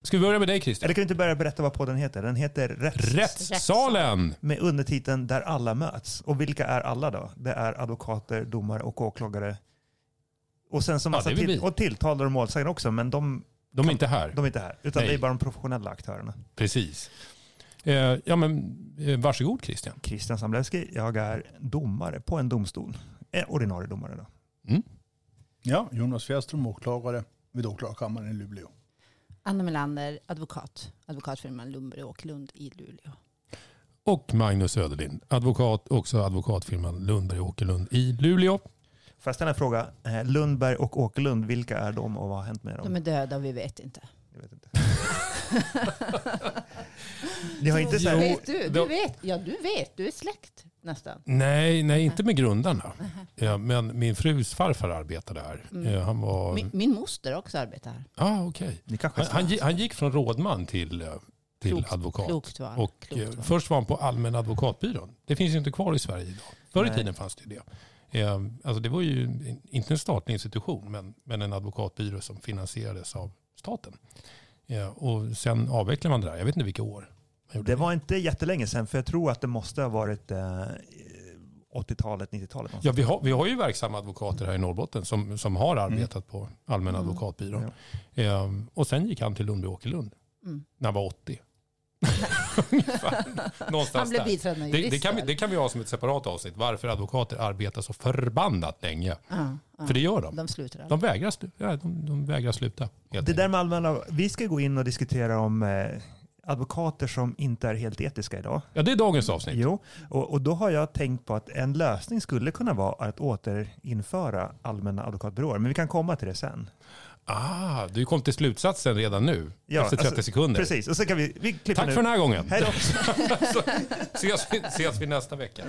Ska vi börja med dig, Christian? Eller kan du inte börja berätta vad podden heter? Den heter Rättssalen! Med undertiteln Där alla möts. Och vilka är alla då? Det är advokater, domare och åklagare. Och sen så massa och tilltalare och målsägare också, men de är inte här. De är inte här, utan det är bara de professionella aktörerna. Precis. Varsågod, Christian. Christian Samlewski, jag är domare på en domstol. Ordinarie domare då. Mm. Ja, Jonas Fjällström, åklagare vid åklagarkammaren i Luleå. Anna Melander, advokatfirman Lundberg och Åkerlund i Luleå. Och Magnus Söderlind, advokatfirman Lundberg och Åkerlund i Luleå. Får jag ställa en fråga? Lundberg och Åkerlund, vilka är de och vad har hänt med dem? De är döda och vi vet inte. Jag vet inte. Ni har inte så här... Vet du vet. Du är släkt nästan. Nej, inte med grundarna. Ja, men min frus farfar arbetade här. Han var... min moster också arbetade här. Okej. Han gick från rådman till advokat. Klokt val. Och först var han på Allmänna advokatbyrån. Det finns ju inte kvar i Sverige idag. Förr i tiden fanns det. Alltså det var ju inte en statlig institution, men en advokatbyrå som finansierades av staten. Och sen avvecklade man det där. Jag vet inte vilka år. Det var inte jättelänge sedan, för jag tror att det måste ha varit 80-talet, 90-talet. Ja, vi har ju verksamma advokater här i Norrbotten som har arbetat på Allmänna advokatbyrån. Ja. Och sen gick han till Lundberg Åkerlund när han var 80. Han blev biträdande jurist. Det kan vi ha som ett separat avsnitt. Varför advokater arbetar så förbannat länge. För det gör de. De slutar. De vägrar sluta. Det där med allmänna... Vi ska gå in och diskutera om advokater som inte är helt etiska idag. Ja, det är dagens avsnitt. Jo, och då har jag tänkt på att en lösning skulle kunna vara att återinföra allmänna advokatbyråer. Men vi kan komma till det sen. Du kom till slutsatsen redan nu. Efter 30 sekunder. Precis, och så kan vi klippa. Tack nu. för den här gången. Hej då. ses vi nästa vecka.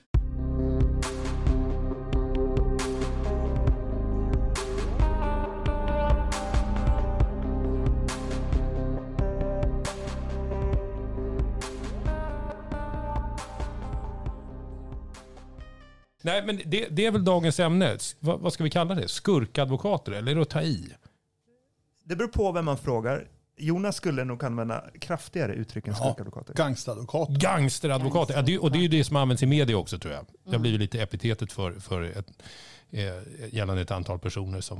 Nej, men det är väl dagens ämne. Vad ska vi kalla det? Skurkadvokater, eller är det att ta i? Det beror på vem man frågar. Jonas skulle nog använda kraftigare uttryck än skurkadvokater. Gangsteradvokater. Ja, och det är ju det som används i media också, tror jag. Det har blivit lite epitetet för gällande ett antal personer som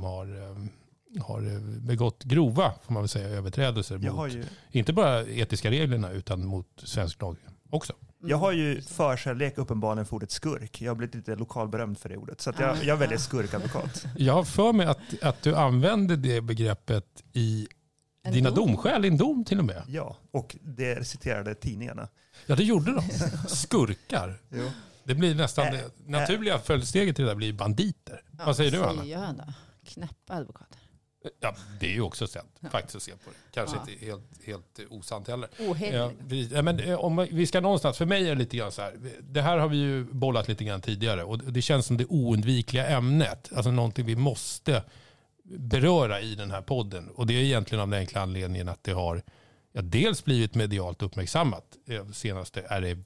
har begått grova, får man väl säga, överträdelser mot inte bara etiska reglerna utan mot svensk lag också. Jag har ju förkärlek uppenbarligen för ordet skurk. Jag har blivit lite lokalberömd för det ordet. Så att jag väljer skurkadvokat. Jag har för mig att du använde det begreppet i dina domskäl, din dom till och med. Ja, och det citerade tidningarna. Ja, det gjorde de. Skurkar. Jo. Det blir nästan det naturliga följdsteget till det där blir banditer. Vad säger du, Anna? Knäppa advokater. Ja, det är ju också faktiskt att se på det. Kanske inte helt osant heller. Ohederligt. Men om vi ska någonstans, för mig är det lite grann så här, det här har vi ju bollat lite grann tidigare och det känns som det oundvikliga ämnet, alltså någonting vi måste beröra i den här podden, och det är egentligen av den enkla anledningen att det har dels blivit medialt uppmärksammat. Senaste är det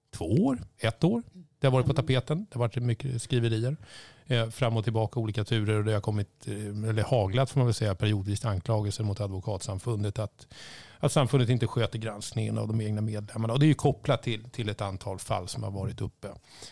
1 år. Det har varit på tapeten. Det har varit mycket skriverier fram och tillbaka, olika turer, och det har kommit, eller haglat får man väl säga, periodvis anklagelser mot advokatsamfundet att samfundet inte sköter granskningen av de egna medlemmarna. Och det är ju kopplat till ett antal fall som har varit uppe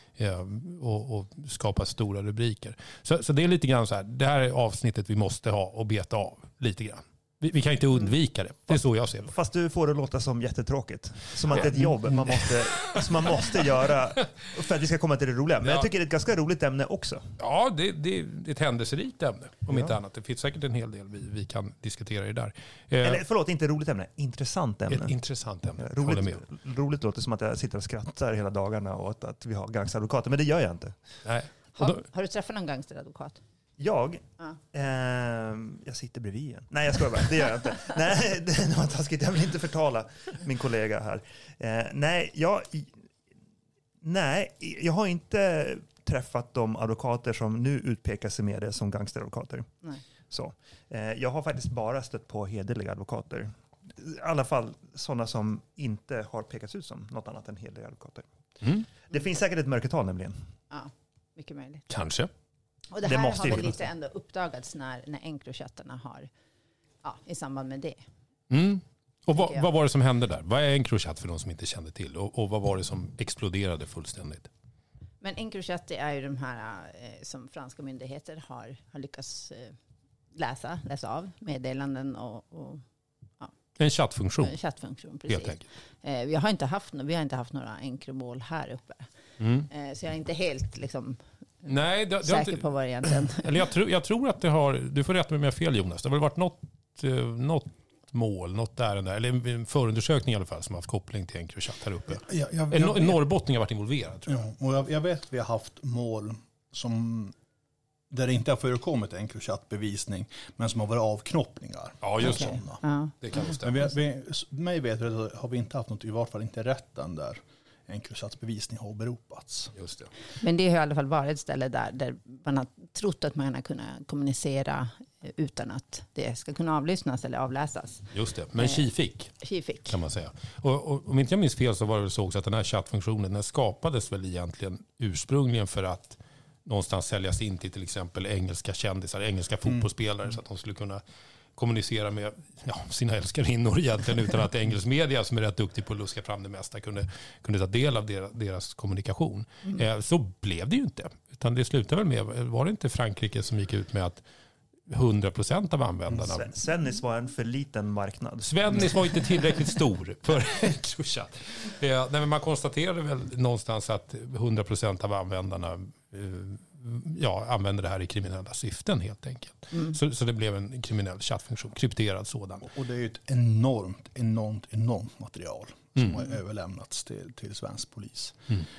och skapat stora rubriker. Så det är lite grann så här, det här är avsnittet vi måste ha och beta av lite grann. Vi kan inte undvika det. Det är så jag ser det. Fast du får det låta som jättetråkigt. Som att det är ett jobb som man måste göra för att vi ska komma till det roliga. Men jag tycker det är ett ganska roligt ämne också. Ja, det är ett händelserikt ämne. Om inte annat. Det finns säkert en hel del vi kan diskutera i där. Eller inte roligt ämne. Intressant ämne. Ett intressant ämne. Roligt låter som att jag sitter och skrattar hela dagarna åt att vi har gangsteradvokater. Men det gör jag inte. Nej. Har du träffat någon gangsteradvokat? Jag sitter bredvid igen. Nej, jag skojar bara. Det gör jag inte. Nej, det var taskigt. Jag vill inte förtala min kollega här. Jag har inte träffat de advokater som nu utpekar sig med det som gangsteradvokater. Nej. Så. Jag har faktiskt bara stött på hederliga advokater. I alla fall sådana som inte har pekats ut som något annat än hederliga advokater. Det finns säkert ett mörkertal nämligen. Ja, mycket möjligt. Kanske. Och det här har väl lite ändå uppdagats när Encrochattarna har, i samband med det. Och vad var det som hände där? Vad är Encrochat för de som inte kände till? Och vad var det som exploderade fullständigt? Men Encrochat, det är ju de här som franska myndigheter har lyckats läsa av meddelanden och en chattfunktion. En chattfunktion, precis. Helt enkelt. Vi har inte haft några Encromål här uppe. Så jag är inte helt liksom, säker på vad det egentligen. Eller jag tror att det har, du får rätta mig om jag har fel Jonas, det har väl varit något mål, något ärende, eller en förundersökning i alla fall som har haft koppling till Encrochat här uppe. En norrbottning har varit involverad, tror jag. Ja, och jag vet att vi har haft mål där det inte har förekommit Encrochat-bevisning, men som har varit avknoppningar. Ja, just det. Ja. Det kan stämma. Mig vet har vi inte haft något, i vart fall inte rätten där Encrochat-bevisning har åberopats. Just det. Men det har i alla fall varit ett ställe där man har trott att man har kunnat kommunicera utan att det ska kunna avlyssnas eller avläsas. Just det, men Kifik kan man säga. Och om inte jag minns fel så var det väl så också att den här chattfunktionen den skapades väl egentligen ursprungligen för att någonstans säljas in till exempel engelska kändisar, engelska fotbollsspelare så att de skulle kunna kommunicera med sina älskarinnor egentligen utan att engelsk media som är rätt duktig på att luska fram det mesta kunde ta del av deras kommunikation. Så blev det ju inte. Utan det slutade väl med, var det inte Frankrike som gick ut med att 100% av användarna... Svennis var en för liten marknad. Svennis var inte tillräckligt stor för Encrochat. Men man konstaterade väl någonstans att 100% av användarna använder det här i kriminella syften helt enkelt. Så det blev en kriminell chattfunktion, krypterad sådan. Och det är ju ett enormt material som har överlämnats till svensk polis.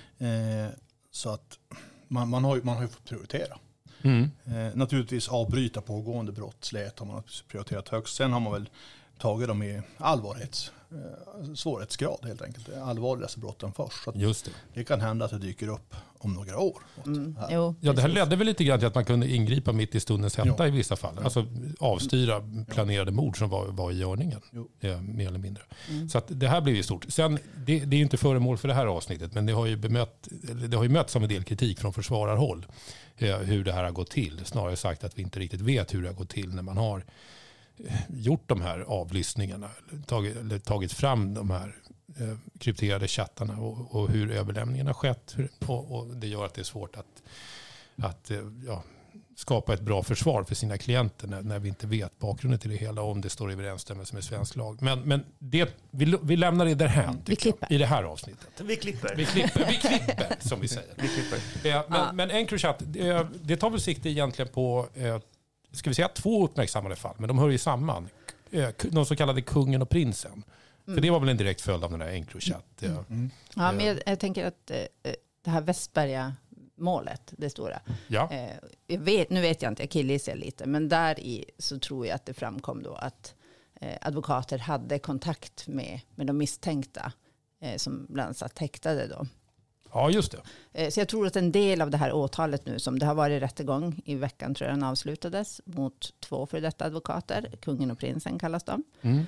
Så att man har ju fått prioritera. Naturligtvis avbryta pågående brottslighet har man prioriterat högst. Sen har man väl tagit dem i svårighetsgrad helt enkelt. Allvarligaste brotten först. Så just det kan hända att det dyker upp om några år. Det här ledde väl lite grann till att man kunde ingripa mitt i stundens hetta i vissa fall. Alltså avstyra planerade mord som var i görningen. Mer eller mindre. Så att det här blev ju stort. Sen, det är ju inte föremål för det här avsnittet, men det har ju mötts av en del kritik från försvararhåll hur det här har gått till. Snarare sagt att vi inte riktigt vet hur det har gått till när man har gjort de här avlyssningarna, tagit fram de här krypterade chattarna och hur överlämningen har skett. Och det gör att det är svårt att skapa ett bra försvar för sina klienter när vi inte vet bakgrunden till det hela om det står i överensstämmelse med svensk lag. Men vi lämnar det därhän i det här avsnittet. Vi klipper som vi säger. Men Encrochat, det tar väl sikte egentligen på ska vi säga 2 uppmärksammade fall, men de hör ju samman. De så kallade kungen och prinsen. För det var väl en direkt följd av den här Encrochat. Ja, men jag tänker att det här Västberga-målet, det stora. Ja. Nu vet jag inte, jag killgissar lite, men där i så tror jag att det framkom då att advokater hade kontakt med de misstänkta som bland annat satt häktade då. Ja, just det. Så jag tror att en del av det här åtalet nu, som det har varit rättegång i veckan, tror jag den avslutades mot 2 för detta advokater. Kungen och prinsen kallas de.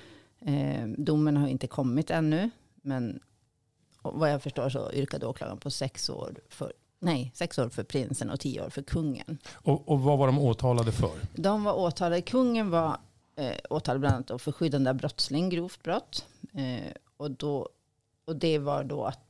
Domen har inte kommit ännu, men vad jag förstår så yrkade åklagaren på 6 år för prinsen och 10 år för kungen. Och vad var de åtalade för? De var åtalade, kungen var åtalad bland annat för skyddande av brottsling, grovt brott. Och det var då att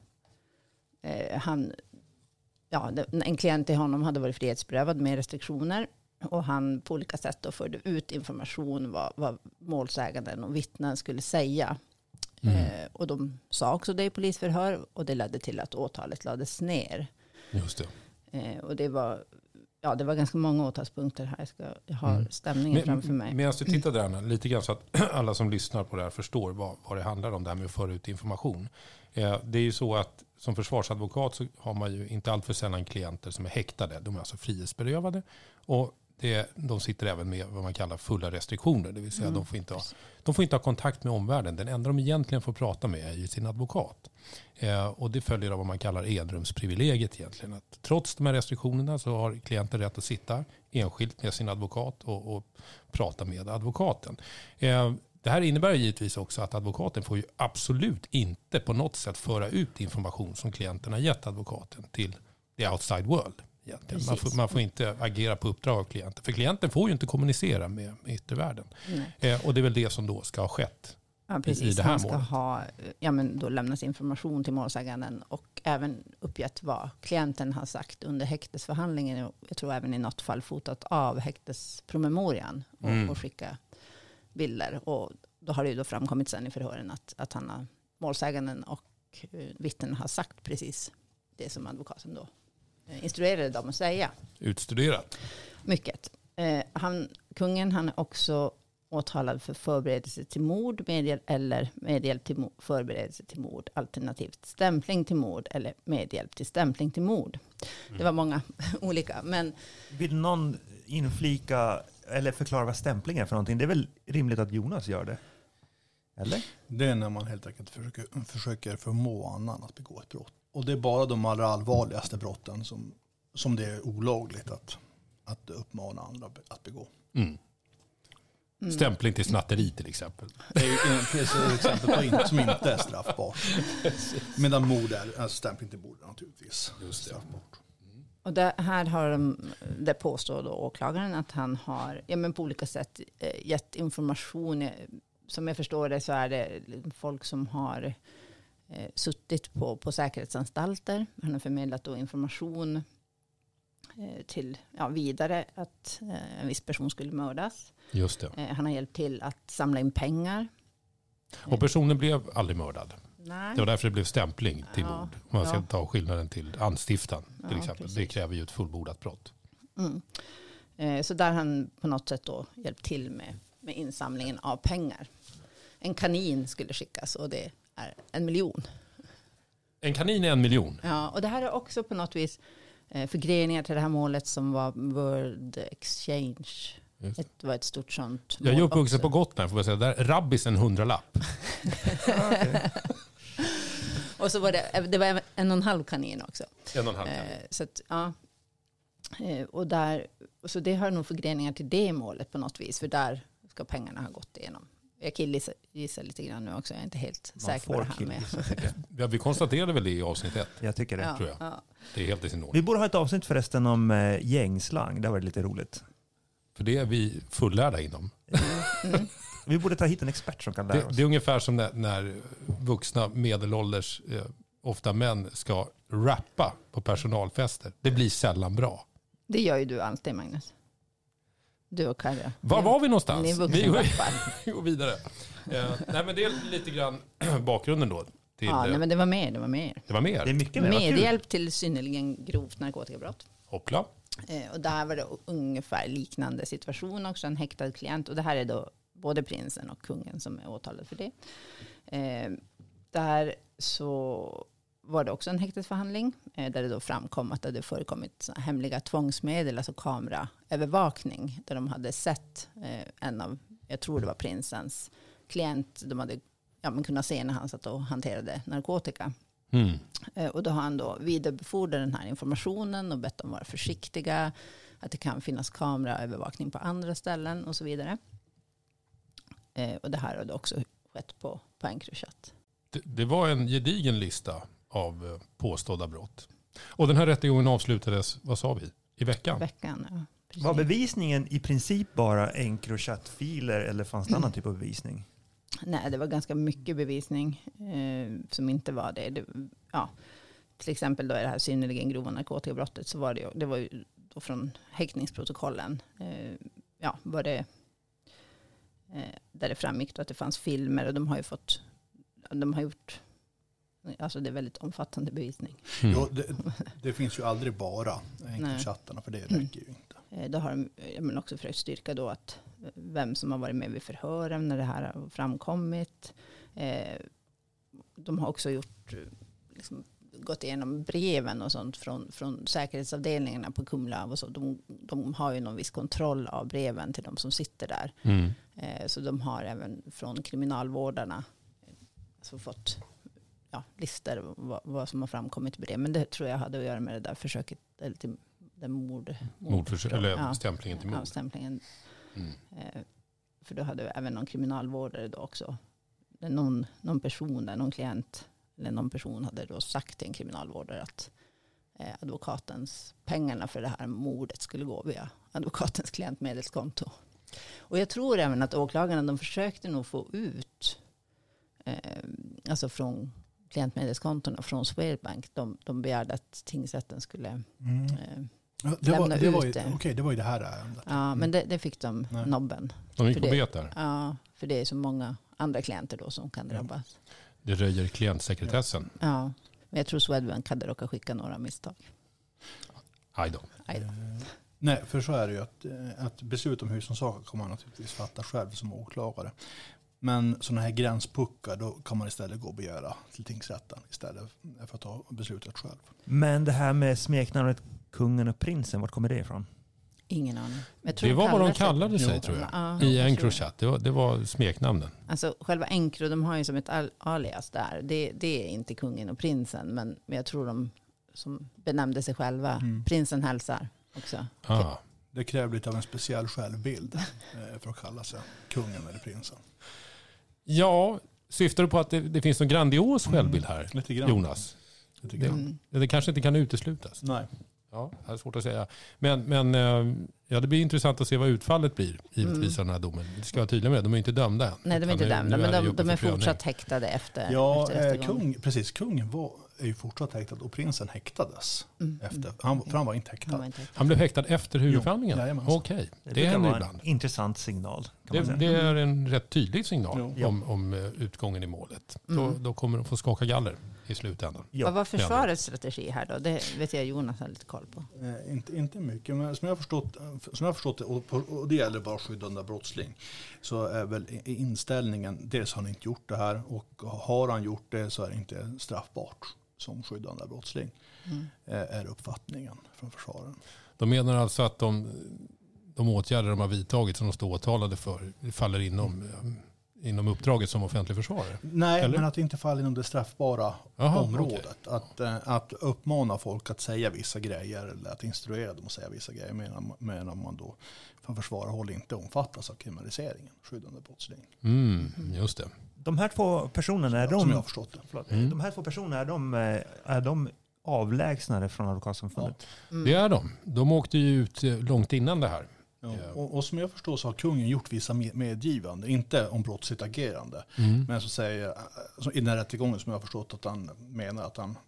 en klient till honom hade varit frihetsberövad med restriktioner och han på olika sätt då förde ut information vad målsäganden och vittnen skulle säga. Och de sa också det i polisförhör och det ledde till att åtalet lades ner. Just det. Och det var ganska många åtalspunkter här. Jag har stämningen framför mig. Medan du tittar där lite grann så att alla som lyssnar på det här förstår vad det handlar om, det här med att föra ut information. Det är ju så att som försvarsadvokat så har man ju inte allt för sällan klienter som är häktade. De är alltså frihetsberövade och de sitter även med vad man kallar fulla restriktioner. Det vill säga de får inte ha kontakt med omvärlden. Den enda de egentligen får prata med är ju sin advokat. Och det följer av vad man kallar enrumsprivilegiet egentligen. Att trots de här restriktionerna så har klienten rätt att sitta enskilt med sin advokat och prata med advokaten. Det här innebär givetvis också att advokaten får ju absolut inte på något sätt föra ut information som klienten har gett advokaten till the outside world. Man får inte agera på uppdrag av klienten. För klienten får ju inte kommunicera med yttervärlden. Och det är väl det som då ska ha skett Ja, i precis. det här Han ska målet. ha, men då lämnas information till målsäganden och även uppgett vad klienten har sagt under häktesförhandlingen. Jag tror även i något fall fotat av häktespromemorian och skicka bilder. Och då har det ju då framkommit sen i förhören att han har, målsäganden och vittnen har sagt precis det som advokaten då instruerade dem att säga. Utstuderat. Mycket. Kungen han är också åtalad för förberedelse till mord, medhjälp till förberedelse till mord, alternativt stämpling till mord eller medhjälp till stämpling till mord. Det var många olika. Men vill någon inflika eller förklara vad stämpling är för någonting? Det är väl rimligt att Jonas gör det? Eller? Det är när man helt enkelt försöker förmå annan att begå ett brott. Och det är bara de allra allvarligaste brotten som det är olagligt att uppmana andra att begå. Stämpling till snatteri till exempel. Det är ett exempel som inte är straffbart. Medan mord är stämpling till mord naturligtvis straffbart. Och här har det påstår då åklagaren att han har på olika sätt gett information. Som jag förstår det så är det folk som har suttit på säkerhetsanstalter. Han har förmedlat då information till vidare att en viss person skulle mördas. Just det. Han har hjälpt till att samla in pengar. Och personen blev aldrig mördad. Nej. Det var därför det blev stämpling till Ja, mord. Man ska ja. ta skillnaden till anstiftan till Ja, exempel. precis. Det kräver ju ett fullbordat brott. Så där har han på något sätt då hjälpt till med insamlingen av pengar. En kanin skulle skickas och det är 1 miljon. En kanin är 1 miljon. Ja, och det här är också på något vis förgreningar till det här målet som var World Exchange. Det var ett stort sånt Jag är mål uppvuxen också. på Gotland, får jag säga. Där är rabbis en 100-lapp. Och så var det var 1,5 kanin också. 1,5 kanin. Så att, ja. Och så det har nog förgreningar till det målet på något vis. För där ska pengarna ha gått igenom. Jag killgissar lite grann nu också. Jag är inte helt säker på det här med. Ja, vi konstaterade väl det i avsnitt 1. Jag tycker det. Ja, tror jag. ja. Det är helt i sin ordning. Vi borde ha ett avsnitt förresten om gängslang. Det var lite roligt. För det är vi fullärda inom. Vi borde ta hit en expert som kan lära oss. Det är ungefär som när vuxna medelålders, ofta män, ska rappa på personalfester. Det blir sällan bra. Det gör ju du alltid, Magnus. Du och Karja. Var var vi någonstans? Ni är vuxenrappar. Vi går vidare. Nej, men det är lite grann bakgrunden då. Till, Ja, nej, men det var mer. det var mer. Det är mycket mer. Vad kul. Medhjälp till synnerligen grovt narkotikabrott. Hoppla. Och där var det ungefär liknande situation också. En häktad klient. Och det här är då både prinsen och kungen som är åtalade för det. Där så var det också en häktesförhandling. Där det då framkom att det hade förekommit hemliga tvångsmedel. Alltså kameraövervakning. Där de hade sett en av, jag tror det var prinsens klient. De hade kunnat se när han satt och hanterade narkotika. Och då har han då vidarebefordrat den här informationen och bett dem vara försiktiga. Att det kan finnas kameraövervakning på andra ställen och så vidare. Och det här har då också skett på Encrochat. Det var en gedigen lista av påstådda brott. Och den här rättegången avslutades, vad sa vi, i veckan? Veckan, ja. Precis. Var bevisningen i princip bara Encrochat-filer eller fanns det annan typ av bevisning? Nej, det var ganska mycket bevisning som inte var det. Till exempel då i det här synnerligen grova narkotikabrottet så var det var ju då från häktningsprotokollen. Var det där det framgick då att det fanns filmer och de har gjort, alltså det är väldigt omfattande bevisning. Jo, det finns ju aldrig bara Encrochattarna, för det räcker ju inte. Då har de också försökt styrka då att vem som har varit med vid förhören när det här har framkommit. De har också gått igenom breven och sånt från säkerhetsavdelningarna på Kumla. Och så. De har ju någon viss kontroll av breven till de som sitter där. Så de har även från kriminalvårdarna fått listor vad som har framkommit i brev. Men det tror jag hade att göra med det där försöket, eller till den Mordförsök, eller stämplingen till mord. Ja, stämplingen. För då hade vi även någon kriminalvårdare då också. Någon person, någon klient eller någon person hade då sagt till en kriminalvårdare att advokatens pengarna för det här mordet skulle gå via advokatens klientmedelskonto. Och jag tror även att åklagarna, de försökte nog få ut alltså från klientmedelskonton från Swedbank. De begärde att tingsrätten skulle lämna ut det. Okej, det var ju det här ärendet. Ja, men det fick de nobben. De gick på bet där. Ja, för det är så många andra klienter då som kan drabbas. Det röjer klientsekretessen. Ja, men jag tror Swedbank hade råkat skicka några misstag. Aj då. Nej, för så är det ju att beslut om husrannsakan kommer man naturligtvis fatta själv som åklagare. Men sådana här gränspuckar, då kan man istället gå och begära till tingsrätten istället för att ta beslutet själv. Men det här med smeknamnet kungen och prinsen, vart kommer det ifrån? Ingen aning. Det var vad de kallade sig, tror jag. I Encrochat. Det var smeknamnen. Alltså själva Encro, de har ju som ett alias där. Det är inte kungen och prinsen. Men jag tror de som benämnde sig själva. Prinsen hälsar också. Det kräver lite av en speciell självbild för att kalla sig kungen eller prinsen. Ja, syftar du på att det finns någon grandios självbild här, lite grann. Jonas? Lite grann. Det kanske inte kan uteslutas. Nej. Ja, det är svårt att säga. Men det blir intressant att se vad utfallet blir, givetvis, av den här domen. Det ska vara tydligt med det. De är inte dömda än. Nej, de är inte dömda, men de är fortsatt häktade efter. Ja, efter kungen är ju fortsatt häktad och prinsen häktades efter. Han var inte häktad. Han blev häktad efter huvudförhandlingen? Okej, det händer ibland. En intressant signal. Det är en rätt tydlig signal om utgången i målet. Då kommer de få skaka galler i slutändan. Vad var försvarets strategi här då? Det vet jag Jonas har lite koll på. Inte mycket, men som jag har förstått det, och det gäller bara skyddande brottsling, så är väl inställningen, dels har han inte gjort det här, och har han gjort det så är det inte straffbart som skyddande brottsling, är uppfattningen från försvaren. De menar alltså att de åtgärder de har vidtagit som de står åtalade för faller inom uppdraget som offentlig försvarare? Nej, eller? Men att det inte faller inom det straffbara området. Okay. Att uppmana folk att säga vissa grejer eller att instruera dem att säga vissa grejer medan man då från försvararhåll inte omfattas av kriminaliseringen, skyddande brottsling. Just det. De här två personerna, som jag har förstått det. De här två personerna, är de avlägsnade från advokatsamfundet? Ja. Det är de. De åkte ju ut långt innan det här. Ja, och som jag förstår så har kungen gjort vissa medgivande, inte om brottsligt agerande. Men så säger i den här rättegången som jag har förstått att han menar att han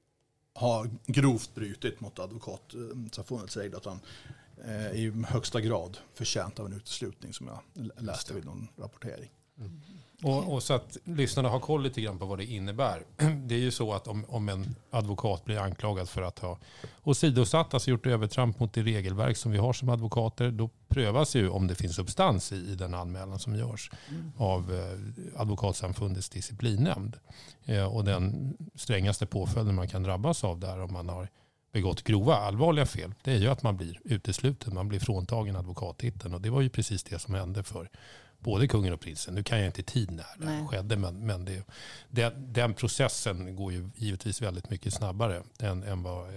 har grovt brutit mot advokatsamfundets regler, att han i högsta grad förtjänt av en uteslutning som jag läste vid någon rapportering. Och så att lyssnarna har koll lite grann på vad det innebär. Det är ju så att om en advokat blir anklagad för att ha åsidosatt, alltså gjort övertramp mot det regelverk som vi har som advokater, då prövas ju om det finns substans i den anmälan som görs av advokatsamfundets disciplinnämnd. Och den strängaste påföljden man kan drabbas av där om man har begått grova, allvarliga fel, det är ju att man blir utesluten, man blir fråntagen advokattiteln. Och det var ju precis det som hände för både kungen och prinsen. Nu kan jag inte tid när det skedde, men den processen går ju givetvis väldigt mycket snabbare än vad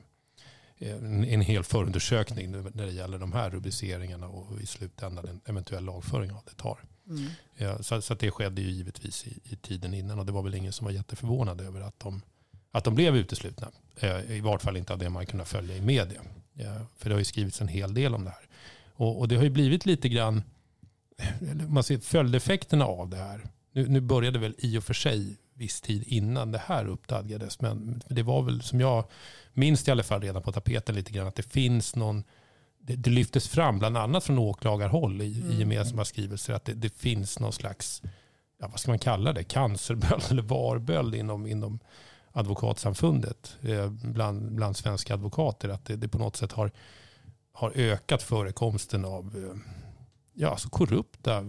en hel förundersökning när det gäller de här rubriceringarna och i slutändan en eventuell lagföring av det tar. Så att det skedde ju givetvis i tiden innan, och det var väl ingen som var jätteförvånad över att de blev uteslutna. I vart fall inte av det man kunde följa i media. För det har ju skrivits en hel del om det här. Och det har ju blivit lite grann, man ser följdeffekterna av det här. Nu började väl i och för sig viss tid innan det här uppdagades, men det var väl, som jag minns i alla fall, redan på tapeten lite grann, att det finns någon, det lyftes fram bland annat från åklagarhåll i gemensamma skrivelser att det finns någon slags, vad ska man kalla det, cancerböld eller varböld inom advokatsamfundet bland svenska advokater, att det på något sätt har ökat förekomsten av alltså korrupta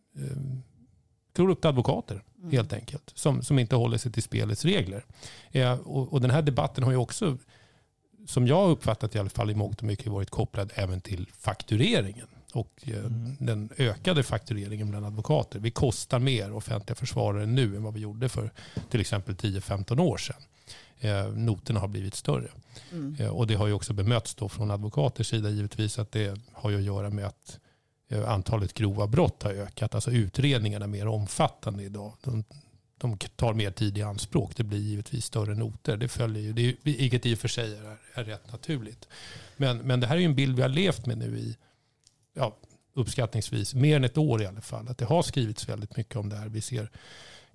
advokater helt enkelt, som inte håller sig till spelets regler. Och den här debatten har ju också, som jag har uppfattat i alla fall i mångt och mycket, varit kopplad även till faktureringen och den ökade faktureringen bland advokater. Vi kostar mer offentliga försvarare nu än vad vi gjorde för till exempel 10-15 år sedan. Noterna har blivit större. Och det har ju också bemötts då från advokaters sida givetvis, att det har ju att göra med att antalet grova brott har ökat. Alltså utredningarna är mer omfattande idag. De tar mer tid i anspråk. Det blir givetvis större noter. Det följer ju, vilket i och för sig är rätt naturligt. Men det här är ju en bild vi har levt med nu i uppskattningsvis mer än ett år i alla fall. Att det har skrivits väldigt mycket om det här. Vi ser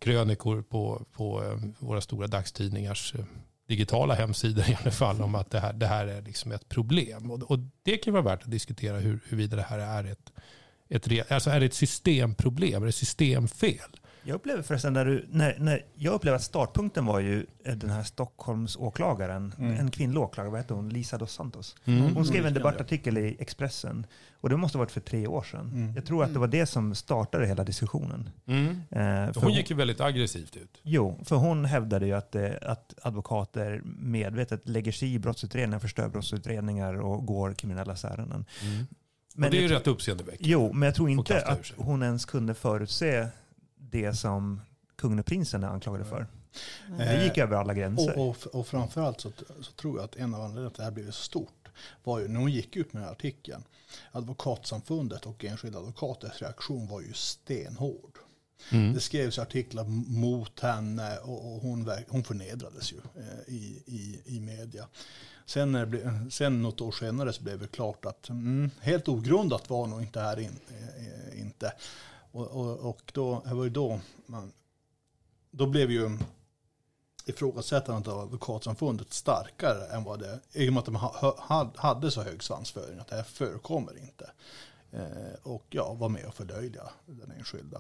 krönikor på våra stora dagstidningars digitala hemsidor i alla fall om att det här är liksom ett problem. Och det kan vara värt att diskutera huruvida det här är ett systemproblem, är det ett systemfel? Jag upplever förresten när jag upplever att startpunkten var ju den här Stockholms åklagaren, en kvinnlig åklagare, vad heter hon? Lisa dos Santos. Hon skrev en debattartikel i Expressen och det måste ha varit för 3 år sedan. Jag tror att det var det som startade hela diskussionen. Hon gick ju väldigt aggressivt ut. Jo, för hon hävdade ju att advokater medvetet lägger sig i brottsutredningar, förstör brottsutredningar och går kriminellas ärenden. Men det är ju rätt uppseendeväckande. Jo, men jag tror inte att hon ens kunde förutse det som kungen och prinsen är anklagade för. Det gick över alla gränser. Och framförallt så tror jag att en av anledningarna att det här blev så stort var ju när hon gick ut med den här artikeln. Advokatsamfundet och enskilda advokaters reaktion var ju stenhård. Det skrevs artiklar mot henne och hon förnedrades ju i media. Sen något år senare så blev det klart att helt ogrundat var nog inte här inte. Och då var ju då blev ju ifrågasättandet av advokatsamfundet starkare än vad det, i och med att de hade så hög svansföring att det här förekommer inte. Och var med och fördöjliga den enskilda.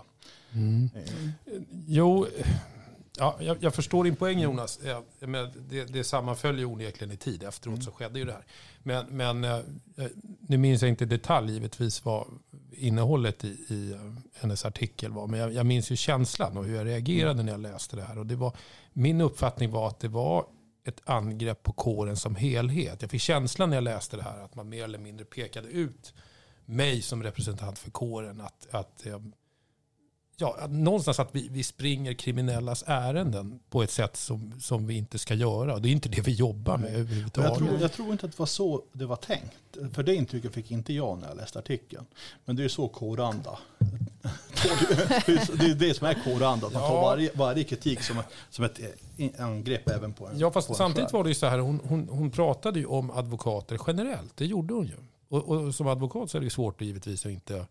Jo, ja, jag förstår din poäng, Jonas. Det sammanföljer onekligen i tid. Efteråt så skedde ju det här. Men nu minns jag inte i detalj givetvis vad innehållet i hennes artikel var. Men jag minns ju känslan och hur jag reagerade när jag läste det här. Och min uppfattning var att det var ett angrepp på kåren som helhet. Jag fick känslan när jag läste det här att man mer eller mindre pekade ut mig som representant för kåren. Att någonstans att vi springer kriminellas ärenden på ett sätt som vi inte ska göra. Det är inte det vi jobbar med överhuvudtaget. Jag tror inte att det var så det var tänkt. För det intrycket fick inte jag när jag läste artikeln. Men det är ju så kåranda. Det är det som är kåranda. Att man tar varje kritik som ett angrepp även på en. Ja, fast samtidigt var det ju så här. Hon pratade ju om advokater generellt. Det gjorde hon ju. Och som advokat så är det ju svårt att givetvis att inte...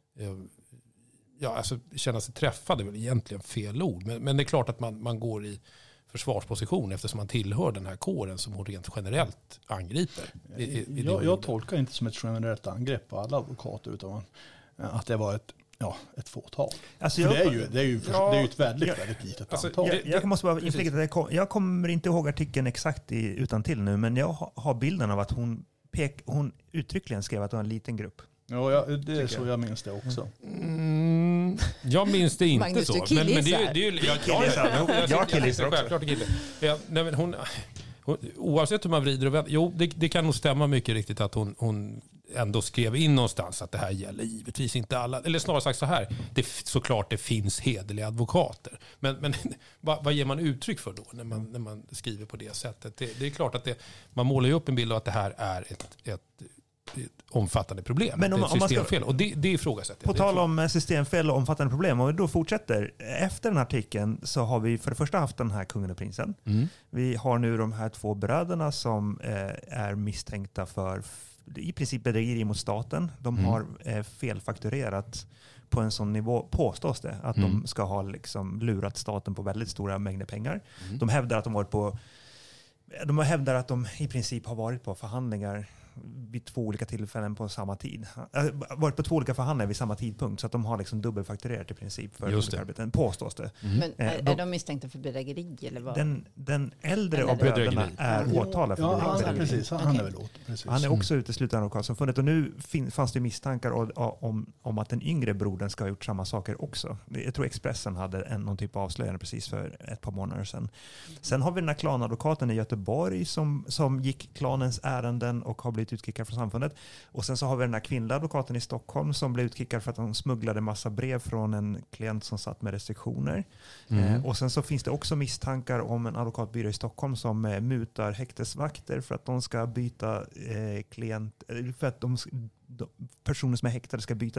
känna sig träffad är väl egentligen fel ord. Men det är klart att man går i försvarsposition eftersom man tillhör den här kåren som hon rent generellt angriper. Jag tolkar inte som ett generellt angrepp på alla advokater utan att det var ett fåtal. Alltså det är ju ett väldigt litet antal. Jag måste bara inflika att jag kommer inte ihåg artikeln exakt utantill nu, men jag har bilden av att hon uttryckligen skrev att det var en liten grupp. Ja, det är så jag minns det också. Jag minns det inte Magnus, så. Men det är ju... Jag killgissar också. Självklart inte. Oavsett hur man vrider och vänder. Det kan nog stämma mycket riktigt att hon ändå skrev in någonstans att det här gäller givetvis inte alla. Eller snarare sagt så här. Såklart det finns hederliga advokater. Men vad ger man uttryck för då när man skriver på det sättet? Det är klart att man målar ju upp en bild av att det här är ett omfattande problem. Men om systemfel. Och det ifrågasätter jag. På tal om systemfel och omfattande problem, och vi då fortsätter. Efter den här artikeln så har vi för det första haft den här kungen och prinsen. Vi har nu de här 2 bröderna som är misstänkta för i princip bedrägeri mot staten. De har felfakturerat på en sån nivå, påstås det, att de ska ha liksom lurat staten på väldigt stora mängder pengar. De hävdar att de i princip har varit på förhandlingar vid 2 olika tillfällen på samma tid. Varit på 2 olika förhandlingar vid samma tidpunkt, så att de har liksom dubbelfakturerat i princip för olika arbeten, påstås det. Men är de misstänkta för bedrägeri eller vad? Den äldre av bröderna är åtalad för bedrägeri. Precis, han är väl precis. Han är också utesluten av advokatsamfundet, och nu fanns det misstankar om att den yngre brodern ska ha gjort samma saker också. Jag tror Expressen hade någon typ av avslöjande precis för ett par månader sedan. Sen har vi den här klanadvokaten i Göteborg som gick klanens ärenden och har blivit utkickad från samfundet. Och sen så har vi den här kvinnliga advokaten i Stockholm som blev utkickad för att hon smugglade massa brev från en klient som satt med restriktioner. Och sen så finns det också misstankar om en advokatbyrå i Stockholm som mutar häktesvakter för att de ska byta för att personer som är häktade ska byta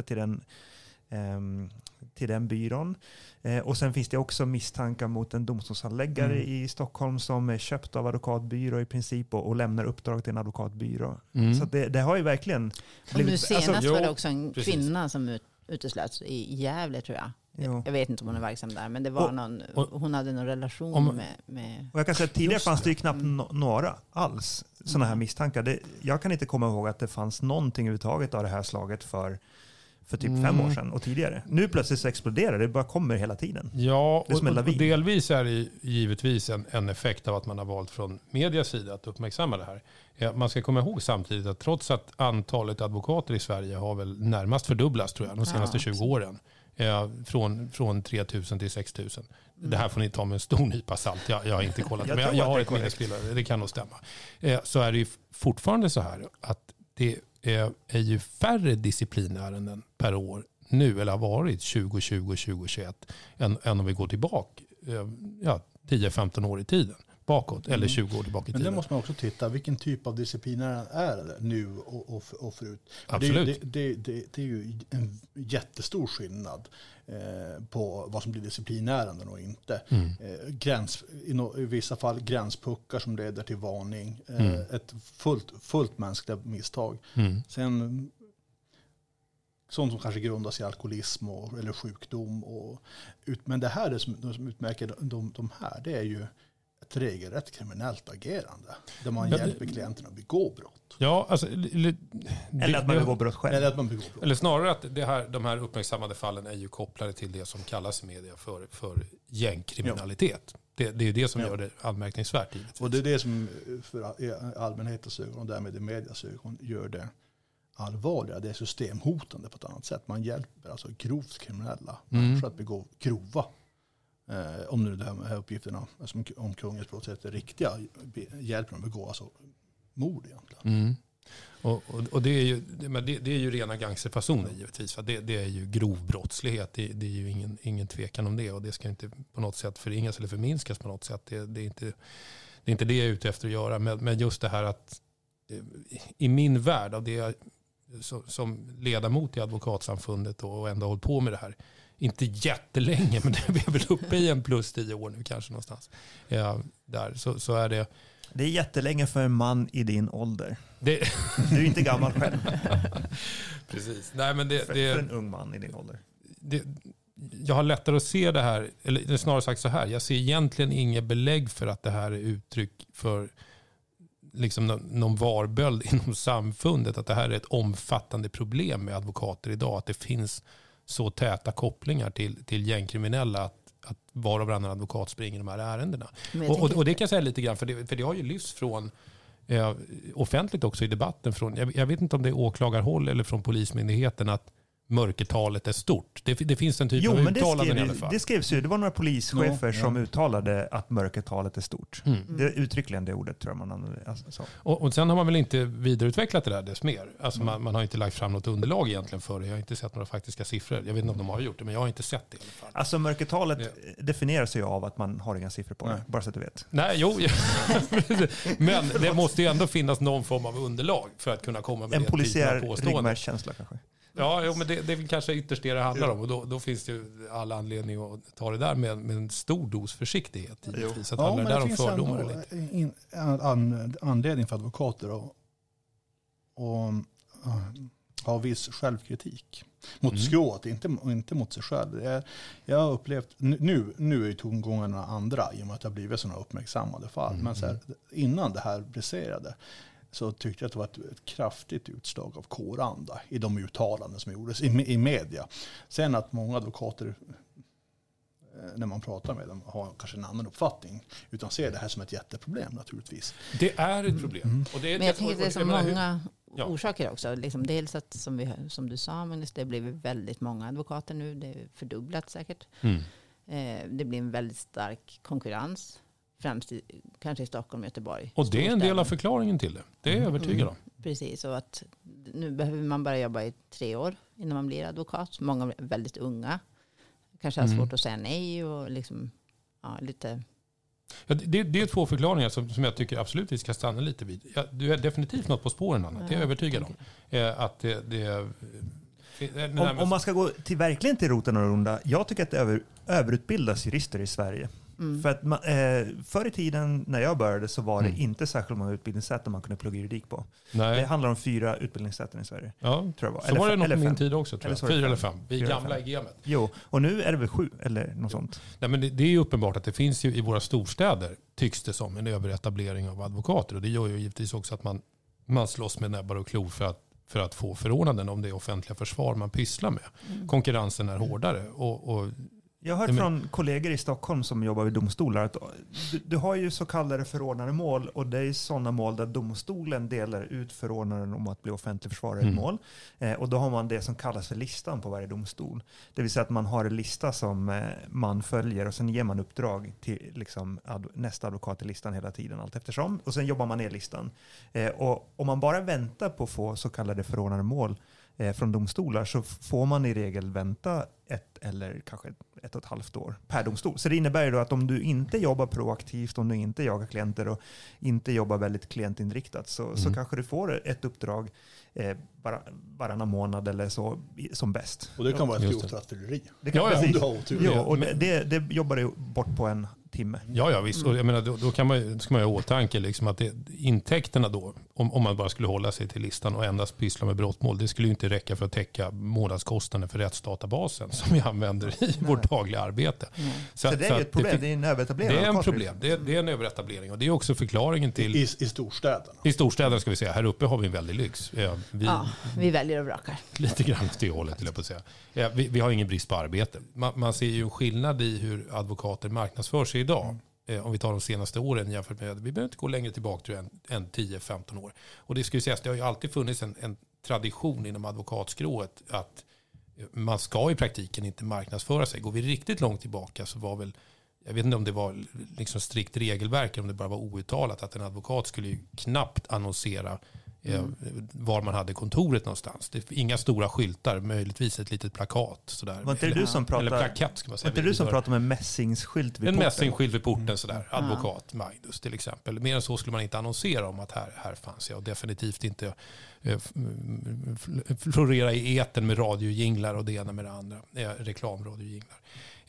till den byrån. Och sen finns det också misstankar mot en domstolshandläggare i Stockholm som är köpt av advokatbyrå i princip och lämnar uppdrag till en advokatbyrå. Så det har ju verkligen blivit... Nu senast var det också en kvinna som uteslöts i Gävle, tror jag. Jag vet inte om hon är verksam där, men det var hon hade någon relation med... Och jag kan säga att tidigare fanns det ju knappt några alls sådana här misstankar. Jag kan inte komma ihåg att det fanns någonting överhuvudtaget av det här slaget för typ 5 år sedan och tidigare. Nu plötsligt så exploderar det, bara kommer hela tiden. Ja, och delvis är det givetvis en effekt av att man har valt från medias sida att uppmärksamma det här. Man ska komma ihåg samtidigt att trots att antalet advokater i Sverige har väl närmast fördubblats tror jag de senaste 20 åren. Från 3 000 till 6 000. Det här får ni ta med en stor nypa salt. Jag har inte kollat. Men jag har ett minnesbilder. Det kan nog stämma. Så är det ju fortfarande så här att det är ju färre disciplinärenden per år nu, eller har varit 2020-2021 än om vi går tillbaka 10-15 år i tiden bakåt, eller 20 år tillbaka i tiden. Men det måste man också titta, vilken typ av disciplinärenden är det nu och förut? Absolut. Det är ju en jättestor skillnad på vad som blir disciplinärenden och inte. I vissa fall gränspuckar som leder till varning. Ett fullt mänskligt misstag. Sen sånt som kanske grundas i alkoholism eller sjukdom. Men det här som utmärker de här, det är ju ett regelrätt kriminellt agerande där man hjälper klienterna att begå brott. Ja, alltså, eller att man begår brott själv. Eller snarare att de här uppmärksammade fallen är ju kopplade till det som kallas i media för gängkriminalitet. Det är ju det som gör det anmärkningsvärt. Givetvis. Och det är det som för allmänhetens ögon och därmed i medias ögon gör det allvarliga. Det är systemhotande på ett annat sätt. Man hjälper alltså grovt kriminella människor att begå grova om nu de här uppgifterna alltså om kungens brottslighet är riktiga, hjälper dem att begå alltså mord egentligen. Och det är ju rena gangsterfasoner givetvis. För det är ju grov brottslighet. Det är ju ingen tvekan om det. Och det ska inte på något sätt förringas eller förminskas på något sätt. Det är inte det jag är ute efter att göra. Men just det här att i min värld av det som ledamot i advokatsamfundet och ändå hållit på med det här. Inte jättelänge, men vi är väl uppe i en plus 10 år nu kanske någonstans. Där. Så är det. Det är jättelänge för en man i din ålder. Du är inte gammal själv. Precis. Nej, men för en ung man i din ålder. Jag har lättare att se det här, eller snarare sagt så här. Jag ser egentligen inga belägg för att det här är uttryck för liksom någon varböld inom samfundet. Att det här är ett omfattande problem med advokater idag. Att det finns så täta kopplingar till gängkriminella att var och varannan advokat springer de här ärendena. Och det kan jag säga lite grann, för det har ju lyfts från offentligt också i debatten från, jag vet inte om det är åklagarhåll eller från polismyndigheten, att mörkertalet är stort. Det finns en typ av uttalanden i alla fall. Det skrevs ju, det var några polischefer som uttalade att mörkertalet är stort. Det är uttryckligen det ordet tror jag man använder. Alltså. Och sen har man väl inte vidareutvecklat det där dess mer. Alltså man har inte lagt fram något underlag egentligen för det. Jag har inte sett några faktiska siffror. Jag vet inte om de har gjort det, men jag har inte sett det i alla fall. Alltså mörkertalet definieras ju av att man har inga siffror på det, bara så att du vet. Nej, jo. Men det måste ju ändå finnas någon form av underlag för att kunna komma med en polisiär ryggmärgskänsla kanske. Ja, men det är kanske ytterst det handlar om. Och då finns det ju alla anledning att ta det där med en stor dos försiktighet. Givetvis. Att handlar det där om fördomar eller inte. En anledning för advokater att ha viss självkritik mot skrået, inte mot sig själv. Jag har upplevt, nu är ju tongångarna andra i och med att det har blivit sådana uppmärksammade fall. Men så här, innan det här briserade så tyckte jag att det var ett kraftigt utslag av kåranda i de uttalanden som gjordes i media. Sen att många advokater, när man pratar med dem, har kanske en annan uppfattning, utan ser det här som ett jätteproblem naturligtvis. Det är ett problem. Och men jag tänker att det är så många orsaker också. Liksom dels att, som du sa, men det blir väldigt många advokater nu. Det är fördubblat säkert. Det blir en väldigt stark konkurrens. Främst kanske i Stockholm och Göteborg. Och det är en del av förklaringen till det. Det är jag övertygad om. Precis, och att nu behöver man bara jobba i 3 år innan man blir advokat. Många är väldigt unga. Kanske har svårt att säga nej och liksom, lite... Ja, det är 2 förklaringar som jag tycker absolut vi ska stanna lite vid. Du är definitivt något på spåren, Anna. Det är jag övertygad om. Att om man ska gå verkligen till roten och runda. Jag tycker att det överutbildas jurister i Sverige. För att förr i tiden när jag började så var det inte särskilt många utbildningssätt man kunde plugga juridik på. Nej. Det handlar om 4 utbildningssätten i Sverige. Ja, tror jag var. Så var det nog på min 5. tid också, tror jag. 4 eller 5. Vi är gamla i gamet. Jo, och nu är det väl 7 eller något sånt. Nej, men det är ju uppenbart att det finns ju i våra storstäder, tycks det som, en överetablering av advokater. Och det gör ju givetvis också att man slåss med näbbar och klor för att få förordnanden om det offentliga försvar man pysslar med. Konkurrensen är hårdare. Och jag har hört från kollegor i Stockholm som jobbar vid domstolar att du har ju så kallade förordnade mål, och det är sådana mål där domstolen delar ut förordnanden om att bli offentlig försvarare i ett mål. Och då har man det som kallas för listan på varje domstol. Det vill säga att man har en lista som man följer, och sen ger man uppdrag till liksom nästa advokat i listan hela tiden allt eftersom. Och sen jobbar man ner listan. Och om man bara väntar på att få så kallade förordnade mål från domstolar, så får man i regel vänta 1 eller kanske 1,5 år per domstol. Så det innebär ju då att om du inte jobbar proaktivt, om du inte jagar klienter och inte jobbar väldigt klientinriktat, så kanske du får ett uppdrag varannan månad eller så som bäst. Och det kan vara ett grovt rattfylleri. Det kan om du har otur. Jo, och det jobbar du bort på en timme. Ja, visst. Och jag menar, då ska man ha i åtanke liksom att intäkterna då, om man bara skulle hålla sig till listan och endast pyssla med brottmål, det skulle ju inte räcka för att täcka månadskostnaden för rättsdatabasen som vi använder i vårt dagliga arbete. Så det är ju ett problem, det är en överetablering. Det är en problem, det är en överetablering, och det är också förklaringen till... I storstäderna. I storstäderna ska vi säga, här uppe har vi en väldig lyx. Vi väljer och vrakar. Lite grann åt det hållet, jag på att säga. Vi har ingen brist på arbete. Man ser ju en skillnad i hur advokater marknadsför sig idag. Om vi tar de senaste åren jämfört med, vi behöver inte gå längre tillbaka tror jag, än 10-15 år. Och det ska ju sägas, det har ju alltid funnits en tradition inom advokatskrået att man ska i praktiken inte marknadsföra sig. Går vi riktigt långt tillbaka så var väl, jag vet inte om det var liksom strikt regelverk eller om det bara var outtalat, att en advokat skulle ju knappt annonsera var man hade kontoret någonstans. Det är inga stora skyltar, möjligtvis ett litet plakat. Sådär. Var inte det du som pratade, eller plakett ska man säga. Var inte du som pratade med mässingsskylt vid en porten? En mässingsskylt vid porten, sådär. Advokat Magnus till exempel. Mer än så skulle man inte annonsera om att här fanns jag. Och definitivt inte florera i eten med radiojinglar och det ena med det andra. Reklamradiojinglar.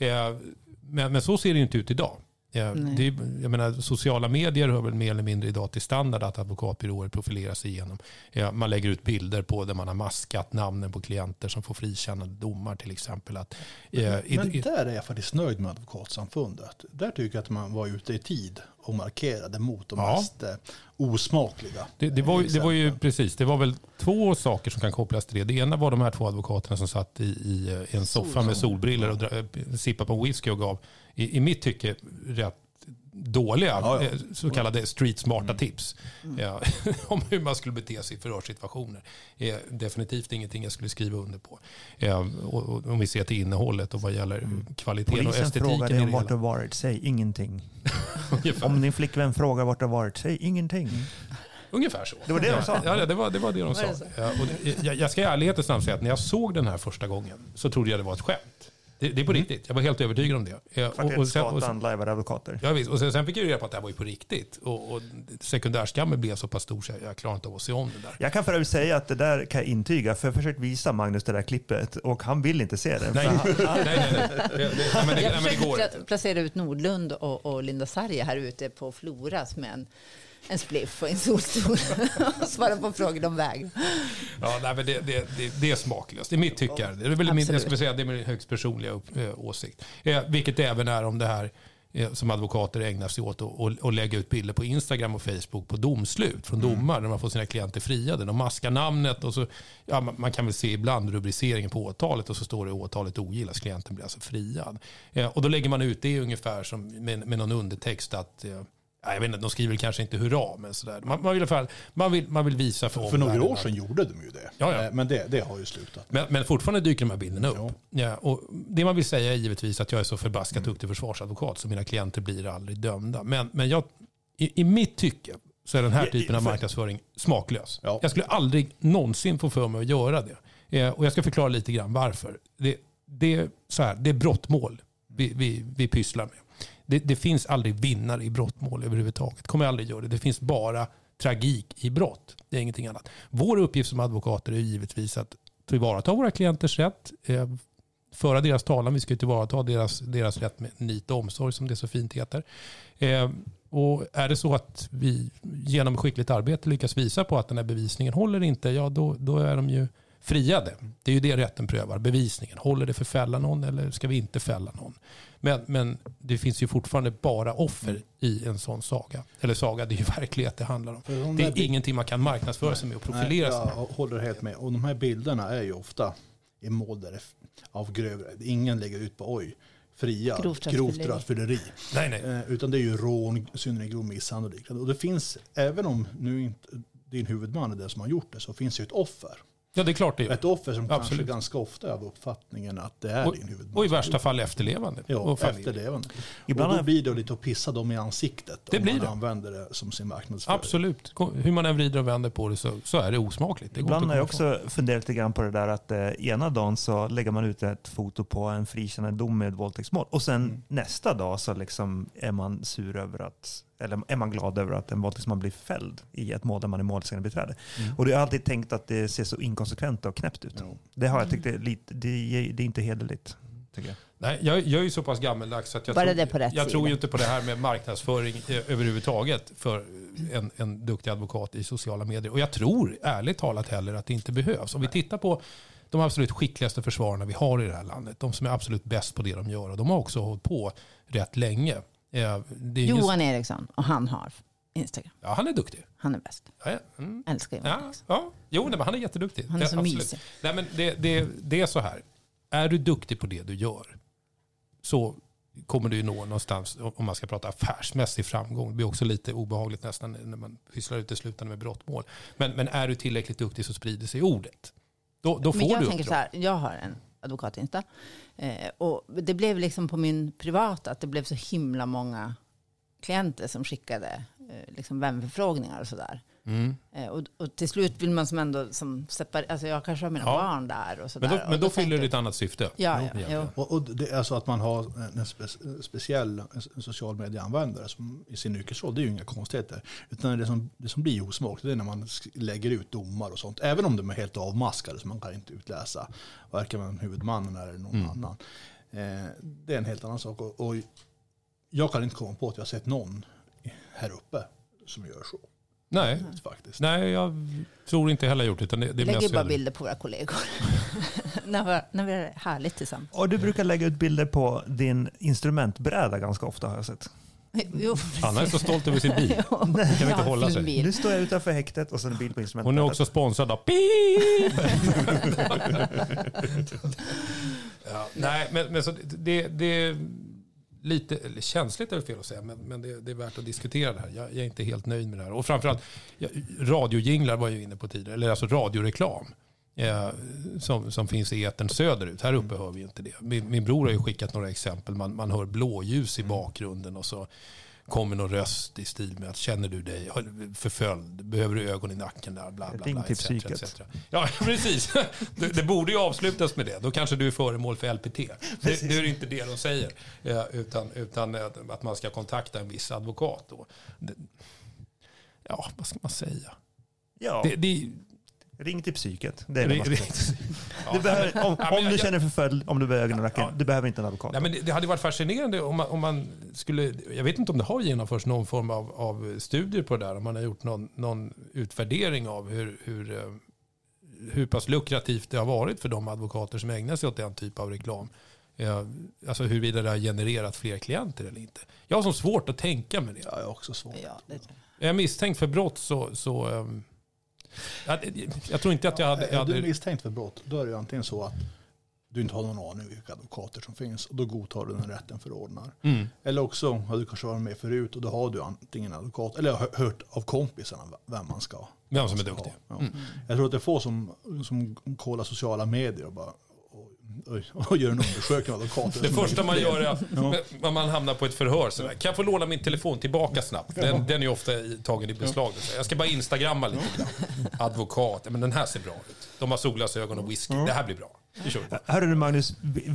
Men så ser det inte ut idag. Jag menar, sociala medier hör väl mer eller mindre idag till standard att advokatbyråer profilerar sig igenom. Man lägger ut bilder på där man har maskat namnen på klienter som får frikännande domar till exempel. Men där är jag faktiskt nöjd med Advokatsamfundet. Där tycker jag att man var ute i tid och markerade mot de mest osmakliga. Det var ju precis, det var väl 2 saker som kan kopplas till det. Det ena var de här 2 advokaterna som satt i en soffa med solbriller och sippade på whisky och gav i mitt tycke rätt dåliga så kallade street-smarta tips om hur man skulle bete sig i förhörssituationer. Definitivt ingenting jag skulle skriva under på. Och om vi ser till innehållet och vad gäller kvaliteten och estetiken. Polisen frågar dig om vart du har varit, säg ingenting. Om din flickvän frågar vart du har varit, säg ingenting. Ungefär så. Det var det de sa. Ja, det var det de sa. Och jag ska i ärlighetens namn säga att när jag såg den här första gången så trodde jag det var ett skämt. Det är på riktigt. Jag var helt övertygad om det. Och sen lajvade advokater. Ja, visst. Och sen fick jag reda på att det här var ju på riktigt. Och sekundärskammen blev så pass stor så jag klarar inte av att se om det där. Jag kan för övrigt säga att det där kan jag intyga. För jag har försökt visa Magnus det där klippet och han vill inte se det. Nej. Jag försökte placera ut Nordlund och Linda Sarje här ute på Floras med en spliff och en solstol och svara på frågor om väg. Ja, nej, men det är smaklöst. Det är mitt tycke. Det är väl jag skulle säga det är min högst personliga åsikt. Vilket även är om det här som advokater ägnar sig åt och lägga ut bilder på Instagram och Facebook på domslut från domar när man får sina klienter friade. De maskar namnet och så, man kan väl se ibland rubriceringen på åtalet och så står det åtalet ogillas, klienten blir alltså friad. Och då lägger man ut det ungefär som med någon undertext att jag vet inte, de skriver kanske inte hurra, men sådär. Man vill visa för några år sedan gjorde de ju det. Ja. Men det har ju slutat. Men fortfarande dyker de här bilderna upp. Ja, och det man vill säga är givetvis att jag är så förbaskat duktig försvarsadvokat så mina klienter blir aldrig dömda. Men jag, i mitt tycke så är den här typen av marknadsföring smaklös. Ja. Jag skulle aldrig någonsin få för mig att göra det. Och jag ska förklara lite grann varför. Det är brottmål vi pysslar med. Det finns aldrig vinnare i brottmål överhuvudtaget. Kommer aldrig göra det. Det finns bara tragik i brott. Det är ingenting annat. Vår uppgift som advokater är givetvis att tillvarata våra klienters rätt. föra deras talan. Vi ska tillvarata deras rätt med nit och omsorg, som det så fint heter. Och är det så att vi genom skickligt arbete lyckas visa på att den här bevisningen håller inte, ja då är de ju friade. Det är ju det rätten prövar, bevisningen. Håller det för fälla någon eller ska vi inte fälla någon? Men det finns ju fortfarande bara offer i en sån saga. Eller saga, det är ju verklighet det handlar om. Det är ingenting man kan marknadsföra sig med och profilera sig med. Jag håller helt med. Och de här bilderna är ju ofta i mål av grövre. Ingen lägger ut på grovt rattfylleri. Nej. Utan det är ju rån, synnerligen grov misshandel och liknande. Och det finns, även om nu inte din huvudman är den som har gjort det, så finns det ju ett offer. Ja, det är klart det är. Ett offer som kanske ganska ofta har uppfattningen att det är din huvudman. Och i värsta fall efterlevande. Ja, efterlevande. Ibland och då blir det lite att pissa dem i ansiktet det om man använder det som sin marknadsföring. Absolut. Hur man än vrider och vänder på det så är det osmakligt. Det ibland har jag också funderat lite grann på det där att ena dagen så lägger man ut ett foto på en frikännande dom med våldtäktsmål. Och sen nästa dag så liksom är man sur över att, eller är man glad över att en våldtäktsman blir fälld i ett mål där man är målsägande beträde. Och det har jag alltid tänkt att det ser så inkonsekvent och knäppt ut. Det har jag tyckt det är inte hederligt, tycker jag. Nej, jag är ju så pass gammeldags att jag tror ju inte på det här med marknadsföring överhuvudtaget för en duktig advokat i sociala medier. Och jag tror ärligt talat heller att det inte behövs. Om vi tittar på de absolut skickligaste försvararna vi har i det här landet, de som är absolut bäst på det de gör, och de har också hållit på rätt länge. Johan Eriksson, och han har Instagram. Ja, han är duktig. Han är bäst. Ja, älskar Johan Eriksson. Ja. Jo, men han är jätteduktig. Han är så mysig. Nej, men det är så här. Är du duktig på det du gör så kommer du ju nå någonstans, om man ska prata affärsmässig framgång. Det blir också lite obehagligt nästan när man pysslar uteslutande med brottmål. Men är du tillräckligt duktig så sprider sig ordet. Då får jag du tänker så här, jag har en advokatinsta. Och det blev liksom på min privata att det blev så himla många klienter som skickade liksom vänförfrågningar och sådär. Och till slut vill man som ändå alltså jag kanske har mina barn där och sådär. Men då fyller det ett annat syfte. Ja. Och det är så att man har en speciell social medieanvändare som i sin yrkesroll, det är ju inga konstigheter. Utan det som blir osmakligt, det är när man lägger ut domar och sånt. Även om de är helt avmaskade så man kan inte utläsa varken med huvudmannen eller någon annan. Det är en helt annan sak. Och jag kan inte komma på att jag har sett någon här uppe som gör så. Nej, faktiskt. Nej, jag tror inte heller gjort det. Utan det lägger bara bilder på våra kollegor. när vi är härligt tillsammans. Och du brukar lägga ut bilder på din instrumentbräda ganska ofta, har jag sett. Jo, Anna är så stolt över sin bil. Det kan inte hålla sig. Nu står jag utanför häktet och så en bil på instrumentbrädan. Hon är också sponsrad av Nej, men så det lite känsligt är det fel att säga, men det är värt att diskutera det här. Jag är inte helt nöjd med det här. Och framförallt, radiojinglar var jag inne på tidigare, eller alltså radioreklam som finns i etern söderut. Här uppe hör vi inte det. Min bror har ju skickat några exempel. Man hör blåljus i bakgrunden och så kommer någon röst i stil med att känner du dig förföljd, behöver du ögon i nacken där, bla bla bla, etc. Ja, precis. Det borde ju avslutas med det. Då kanske du är föremål för LPT. Det är inte det de säger. Utan att man ska kontakta en viss advokat då. Ja, vad ska man säga? Ja. Ring till psyket. Det är du behöver, om du känner förföljd, om du behöver ögon i nacken, du behöver inte en advokat. Nej, men det hade varit fascinerande om man skulle, jag vet inte om det har genomförts någon form av studier på det där, om man har gjort någon utvärdering av hur pass lukrativt det har varit för de advokater som ägnar sig åt den typ av reklam. Alltså huruvida det har genererat fler klienter eller inte. Jag har så svårt att tänka med det. Ja, jag är också svårt. Jag är misstänkt för brott så jag tror inte att jag hade... Är du misstänkt för brott, då är det ju antingen så att du inte har någon aning vilka advokater som finns och då godtar du den rätten förordnar. Eller också har du kanske varit med förut och då har du antingen advokat eller hört av kompisarna vem som är duktig. Ja. Jag tror att det är få som kollar sociala medier och bara och gör en undersökning av advokater. Det första man gör är att man hamnar på ett förhör. Sådär. Kan jag få låna min telefon tillbaka snabbt? Den är ju ofta tagen i beslag. Jag ska bara instagramma lite grann. Advokat, men den här ser bra ut. De har solglasögon och whisky. Det här blir bra. Hörru du Magnus,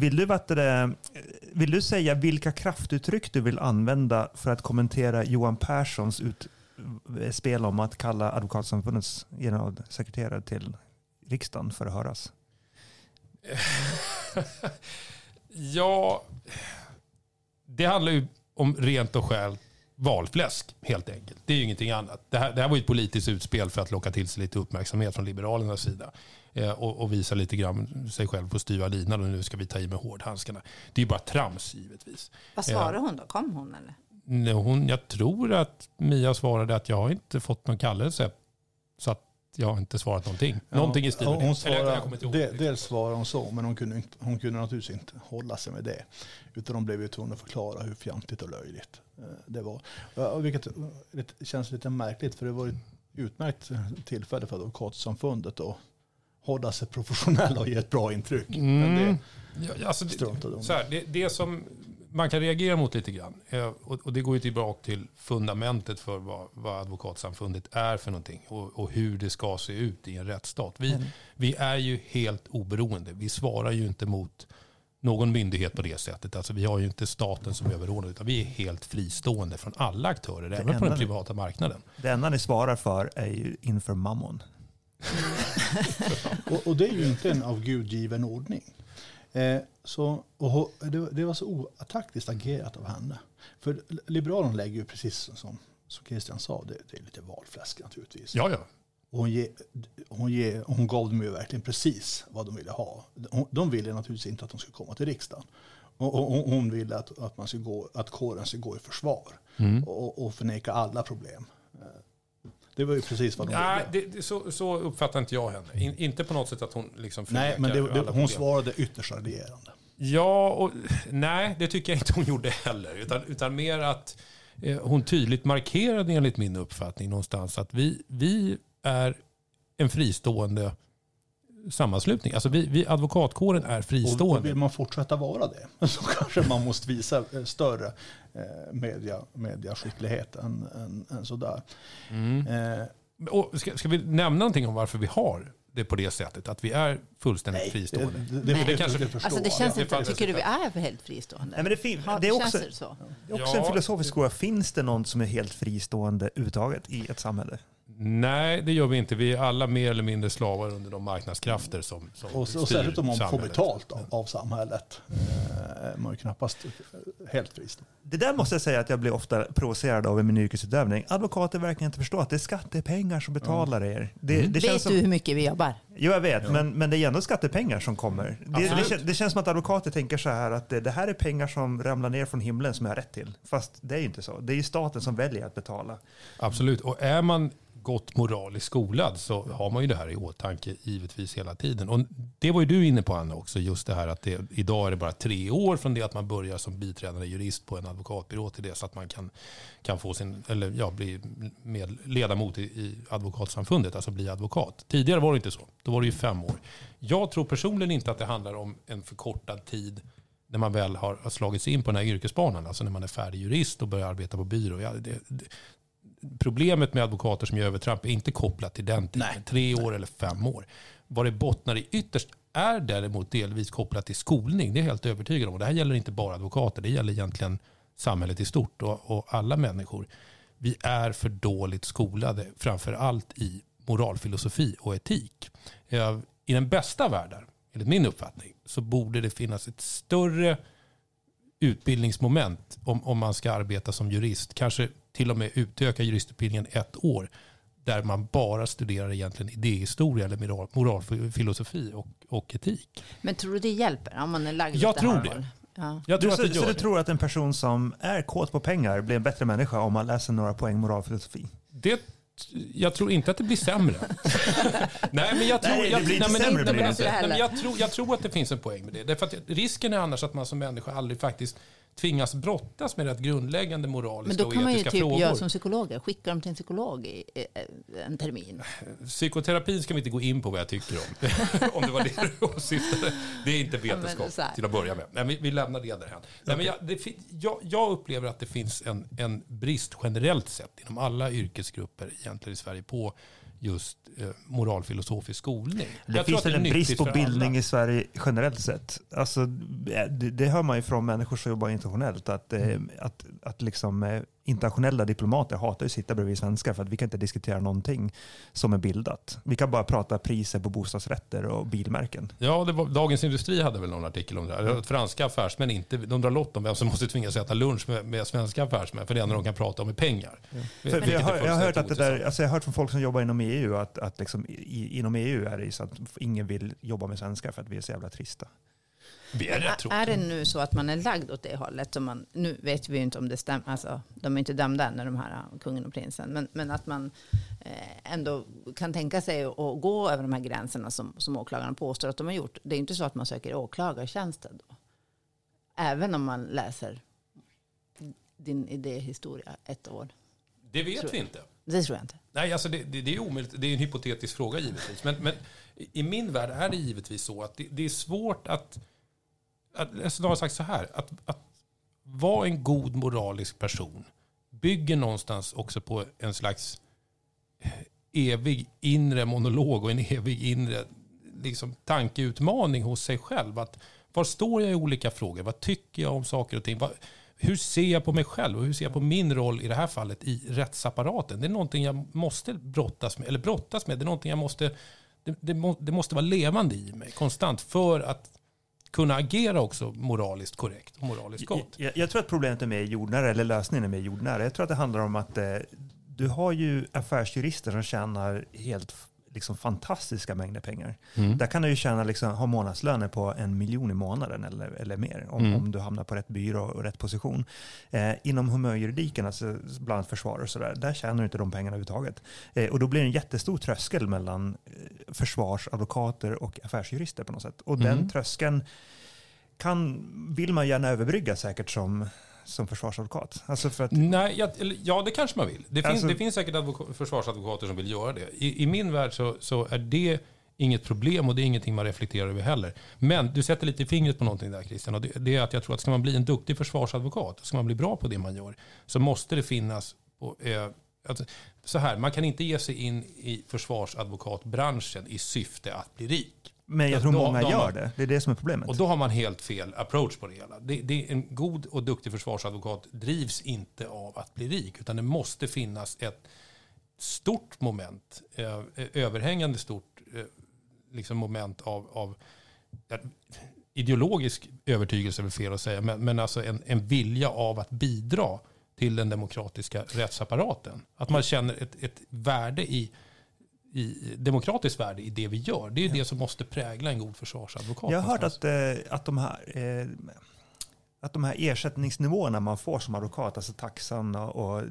vill du säga vilka kraftuttryck du vill använda för att kommentera Johan Perssons spel om att kalla Advokatsamfundets generalsekreterare till riksdagen för att höras? Ja, det handlar ju om rent och skärt valfläsk helt enkelt. Det är ju ingenting annat. Det här var ju ett politiskt utspel för att locka till sig lite uppmärksamhet från Liberalernas sida. Och visa lite grann sig själv på styva linan och nu ska vi ta i med hårdhandskarna. Det är ju bara trams givetvis. Vad svarade hon då? Kom hon eller? Jag tror att Mia svarade att jag har inte fått någon kallelse så att jag har inte svarat någonting. Någonting i stil med hon svarade, dels svarade hon så, men hon kunde naturligtvis inte hålla sig med det. Utan de blev ju tvungna att förklara hur fjantigt och löjligt det var. Vilket känns lite märkligt, för det var ett utmärkt tillfälle för Advokatsamfundet att hålla sig professionella och ge ett bra intryck. Men det som man kan reagera mot lite grann, och det går ju tillbaka till fundamentet för vad Advokatsamfundet är för någonting och hur det ska se ut i en rättsstat. Vi är ju helt oberoende. Vi svarar ju inte mot någon myndighet på det sättet. Alltså vi har ju inte staten som överordnad, utan vi är helt fristående från alla aktörer, även på den privata marknaden. Det enda ni svarar för är ju inför mammon. och det är ju inte en av Gud given ordning. Det var så otaktiskt agerat av henne. För Liberalerna lägger ju precis som Christian sa, det är lite valfläsk naturligtvis. Ja. Hon gav dem ju verkligen precis vad de ville ha. De ville naturligtvis inte att de skulle komma till riksdagen. Och hon ville att kåren skulle gå i försvar och förneka alla problem. Det var ju precis vad de ville. Så uppfattar inte jag henne. Inte på något sätt att hon liksom nej, men hon svarade ytterst raljerande. Ja, nej, det tycker jag inte hon gjorde heller. Utan mer att hon tydligt markerade enligt min uppfattning någonstans att vi är en fristående sammanslutning. Alltså advokatkåren är fristående. Och vill man fortsätta vara det så kanske man måste visa större mediaskicklighet än sådär. Och ska vi nämna någonting om varför vi har det på det sättet? Att vi är fullständigt fristående? Det känns inte. Tycker du vi är helt fristående? Nej, men det är också en filosofisk fråga. Finns det någon som är helt fristående överhuvudtaget i ett samhälle? Nej, det gör vi inte. Vi är alla mer eller mindre slavar under de marknadskrafter som och särskilt om man får betalt av samhället. Man är knappast helt fristående. Det där måste jag säga att jag blir ofta provocerad av i min yrkesutövning. Advokater verkligen inte förstår att det är skattepengar som betalar er. Det känns du hur mycket vi jobbar? Jo, jag vet, men det är ändå skattepengar som kommer. Det känns som att advokater tänker så här att det här är pengar som ramlar ner från himlen som jag har rätt till. Fast det är ju inte så. Det är ju staten som väljer att betala. Absolut, och är man gott moraliskt skolad så har man ju det här i åtanke givetvis hela tiden. Och det var ju du inne på, Anna, också. Just det här att idag är det bara 3 år från det att man börjar som biträdande jurist på en advokatbyrå till det så att man kan få bli med ledamot i advokatsamfundet, alltså bli advokat. Tidigare var det inte så. Då var det ju 5 år. Jag tror personligen inte att det handlar om en förkortad tid när man väl har slagit sig in på den här yrkesbanan. Alltså när man är färdig jurist och börjar arbeta på byrå. Problemet med advokater som gör övertramp är inte kopplat till den tiden. 3 år eller 5 år. Vad det bottnar i ytterst är däremot delvis kopplat till skolning. Det är helt övertygad om. Och det här gäller inte bara advokater. Det gäller egentligen samhället i stort och alla människor. Vi är för dåligt skolade, framför allt i moralfilosofi och etik. I den bästa världen, enligt min uppfattning, så borde det finnas ett större utbildningsmoment om man ska arbeta som jurist. Kanske till och med utöka juristutbildningen 1 år där man bara studerar egentligen idéhistoria eller moralfilosofi och etik. Men tror du det hjälper om man är lagd Jag tror det. Ja. Så du tror att en person som är kåt på pengar blir en bättre människa om man läser några poäng moralfilosofi? Jag tror inte att det blir sämre. Nej, men jag tror att det finns en poäng med det. Därför att risken är annars att man som människa aldrig faktiskt tvingas brottas med rätt grundläggande moraliska och etiska frågor. Men då kan man ju göra som psykologer, skicka dem till en psykolog i en termin. Psykoterapin ska vi inte gå in på vad jag tycker om. Om det var det du åsyftade. Det är inte vetenskap till att börja med. Nej, vi lämnar det därhän. Nej, men jag upplever att det finns en brist generellt sett inom alla yrkesgrupper egentligen i Sverige på just moralfilosofisk skolning. Det finns en brist på bildning i Sverige generellt sett. Alltså, det hör man ju från människor som jobbar internationellt att liksom internationella diplomater hatar ju att sitta bredvid svenskar för att vi kan inte diskutera någonting som är bildat. Vi kan bara prata priser på bostadsrätter och bilmärken. Ja, Dagens Industri hade väl någon artikel om det här. Att franska affärsmän inte, de drar lott om vem som måste tvingas äta lunch med svenska affärsmän, för det enda de kan prata om är pengar. Ja. Jag har hört att det där, alltså jag har hört från folk som jobbar inom EU att liksom, inom EU är det så att ingen vill jobba med svenskar för att vi är så jävla trista. Är det nu så att man är lagd åt det hållet? Nu vet vi ju inte om det stämmer. Alltså, de är inte dömda än, de här kungen och prinsen. Men att man ändå kan tänka sig att gå över de här gränserna som åklagarna påstår att de har gjort. Det är inte så att man söker åklagartjänsten då. Även om man läser din idéhistoria ett år. Det vet vi inte. Det tror jag inte. Nej, alltså det är omöjligt. Det är en hypotetisk fråga givetvis. Men i min värld är det givetvis så att det är svårt att jag har sagt så här, att vara en god moralisk person bygger någonstans också på en slags evig inre monolog och en evig inre liksom, tankeutmaning hos sig själv. Att, var står jag i olika frågor? Vad tycker jag om saker och ting? Hur ser jag på mig själv och hur ser jag på min roll i det här fallet i rättsapparaten? Det är någonting jag måste brottas med. Det är någonting jag måste... Det måste vara levande i mig konstant för att kunna agera också moraliskt korrekt och moraliskt gott. Jag tror att problemet är med jordnära, eller lösningen är med jordnära. Jag tror att det handlar om att du har ju affärsjurister som tjänar helt liksom fantastiska mängder pengar. Där kan du ju tjäna ha månadslöner på 1 miljon i månaden eller mer om du hamnar på rätt byrå och rätt position. Inom humörjuridiken, alltså bland annat försvar och sådär, där tjänar du inte de pengarna överhuvudtaget. Och då blir det en jättestor tröskel mellan försvarsadvokater och affärsjurister på något sätt. Och den tröskeln vill man gärna överbrygga säkert som försvarsadvokat. Alltså för att... Nej, ja, det kanske man vill. Det finns säkert försvarsadvokater som vill göra det. I min värld så är det inget problem och det är ingenting man reflekterar över heller. Men du sätter lite fingret på någonting där, Christian. Och det är att jag tror att ska man bli en duktig försvarsadvokat, ska man bli bra på det man gör, så måste det finnas... så här, man kan inte ge sig in i försvarsadvokatbranschen i syfte att bli rik. Men jag tror många gör det. Det är det som är problemet. Och då har man helt fel approach på det hela. Det är en god och duktig försvarsadvokat drivs inte av att bli rik, utan det måste finnas ett stort moment, överhängande stort liksom moment av ideologisk övertygelse, är väl fel att säga, men alltså en vilja av att bidra till den demokratiska rättsapparaten. Att man känner ett värde i demokratiskt värde i det vi gör. Det är det som måste prägla en god försvarsadvokat. Jag har hört att de här ersättningsnivåerna man får som advokat, alltså taxan och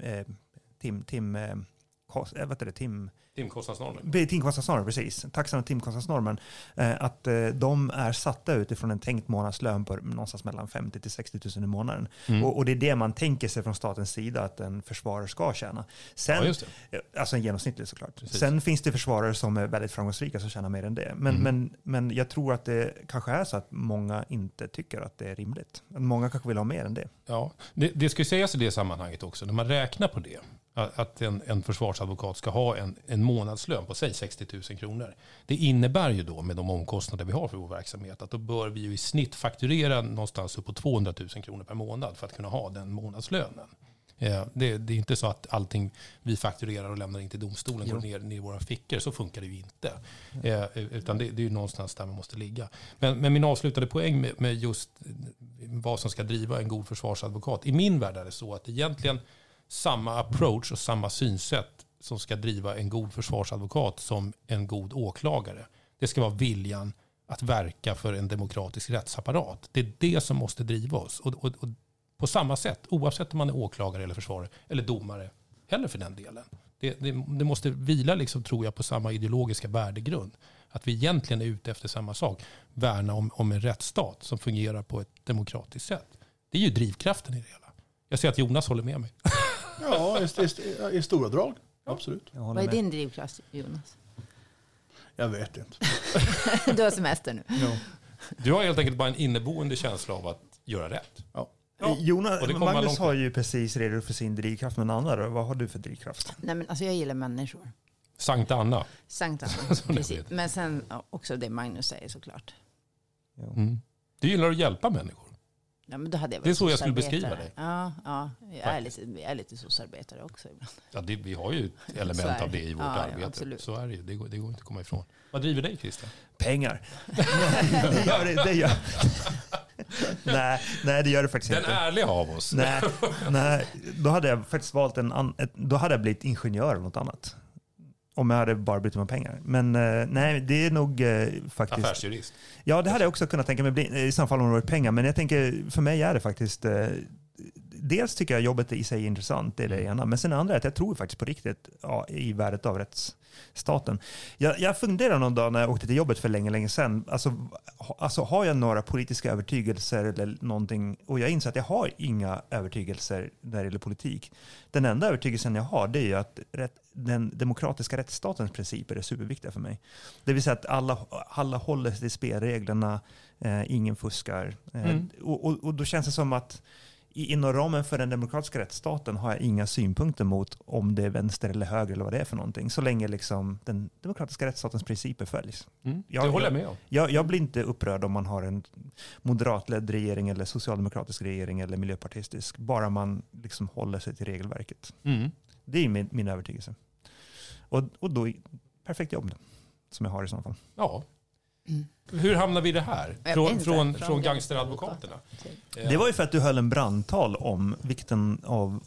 timkostnadsnormen, precis. Taxan och timkostnadsnormen, att de är satta utifrån en tänkt månadslön på någonstans mellan 50 till 60 000 i månaden. Och det är det man tänker sig från statens sida att en försvarare ska tjäna. Sen, alltså en genomsnittlig såklart. Precis. Sen finns det försvarare som är väldigt framgångsrika som tjänar mer än det. Men jag tror att det kanske är så att många inte tycker att det är rimligt. Många kanske vill ha mer än det. Ja, det ska ju sägas i det sammanhanget också. När man räknar på det, att en försvarsadvokat ska ha en månadslön på säg 60 000 kronor. Det innebär ju då med de omkostnader vi har för vår verksamhet att då bör vi ju i snitt fakturera någonstans upp på 200 000 kronor per månad för att kunna ha den månadslönen. Det är inte så att allting vi fakturerar och lämnar in till domstolen går ner i våra fickor. Så funkar det ju inte. Utan det är ju någonstans där man måste ligga. Men min avslutade poäng med just vad som ska driva en god försvarsadvokat. I min värld är det så att egentligen samma approach och samma synsätt som ska driva en god försvarsadvokat som en god åklagare. Det ska vara viljan att verka för en demokratisk rättsapparat. Det är det som måste driva oss. Och på samma sätt, oavsett om man är åklagare eller försvarare eller domare, eller för den delen. Det måste vila, liksom, tror jag, på samma ideologiska värdegrund. Att vi egentligen är ute efter samma sak. Värna om en rättsstat som fungerar på ett demokratiskt sätt. Det är ju drivkraften i det hela. Jag ser att Jonas håller med mig. Ja, i stora drag. Absolut. Vad är din drivkraft, Jonas? Jag vet inte. Du har semester nu. Ja. Du har helt enkelt bara en inneboende känsla av att göra rätt. Ja. Magnus har ju precis redogjort för sin drivkraft, men Anna, vad har du för drivkraft? Nej, men alltså jag gillar människor. Sankt Anna. Precis. Men sen också det Magnus säger såklart. Du gillar att hjälpa människor. Ja, men då hade jag Det är så jag skulle beskriva dig. Ja, jag är lite socialarbetare också ibland. Ja, vi har ju ett element av det i vårt arbete. Absolut. Så är det ju. Det går inte att komma ifrån. Vad driver dig, Christian? Pengar. det gör. Nej, det gör det faktiskt inte. Den ärliga av oss. Nej, då hade jag faktiskt valt då hade jag blivit ingenjör eller något annat. Om jag hade bara brytt med pengar. Men nej, det är nog faktiskt... Affärsjurist. Ja, det hade jag också kunnat tänka mig bli, i samma fall om det var pengar. Men jag tänker, för mig är det faktiskt... dels tycker jag jobbet i sig är intressant, det är det ena. Men sen andra är att jag tror faktiskt på riktigt i värdet av rättsstaten. Jag funderade någon dag när jag åkte till jobbet för länge sedan. Alltså har jag några politiska övertygelser eller någonting? Och jag inser att jag har inga övertygelser när det gäller politik. Den enda övertygelsen jag har, det är ju att den demokratiska rättsstatens principer är superviktiga för mig. Det vill säga att alla håller sig till spelreglerna, ingen fuskar. Och då känns det som att inom ramen för den demokratiska rättsstaten har jag inga synpunkter mot om det är vänster eller höger eller vad det är för någonting. Så länge liksom den demokratiska rättsstatens principer följs. Det håller jag med om. Jag blir inte upprörd om man har en moderatledd regering eller socialdemokratisk regering eller miljöpartistisk. Bara man liksom håller sig till regelverket. Det är min övertygelse. Och då perfekt jobb som jag har i så fall. Ja. Hur hamnar vi i det här? Från gangsteradvokaterna. Det var ju för att du höll en brandtal om vikten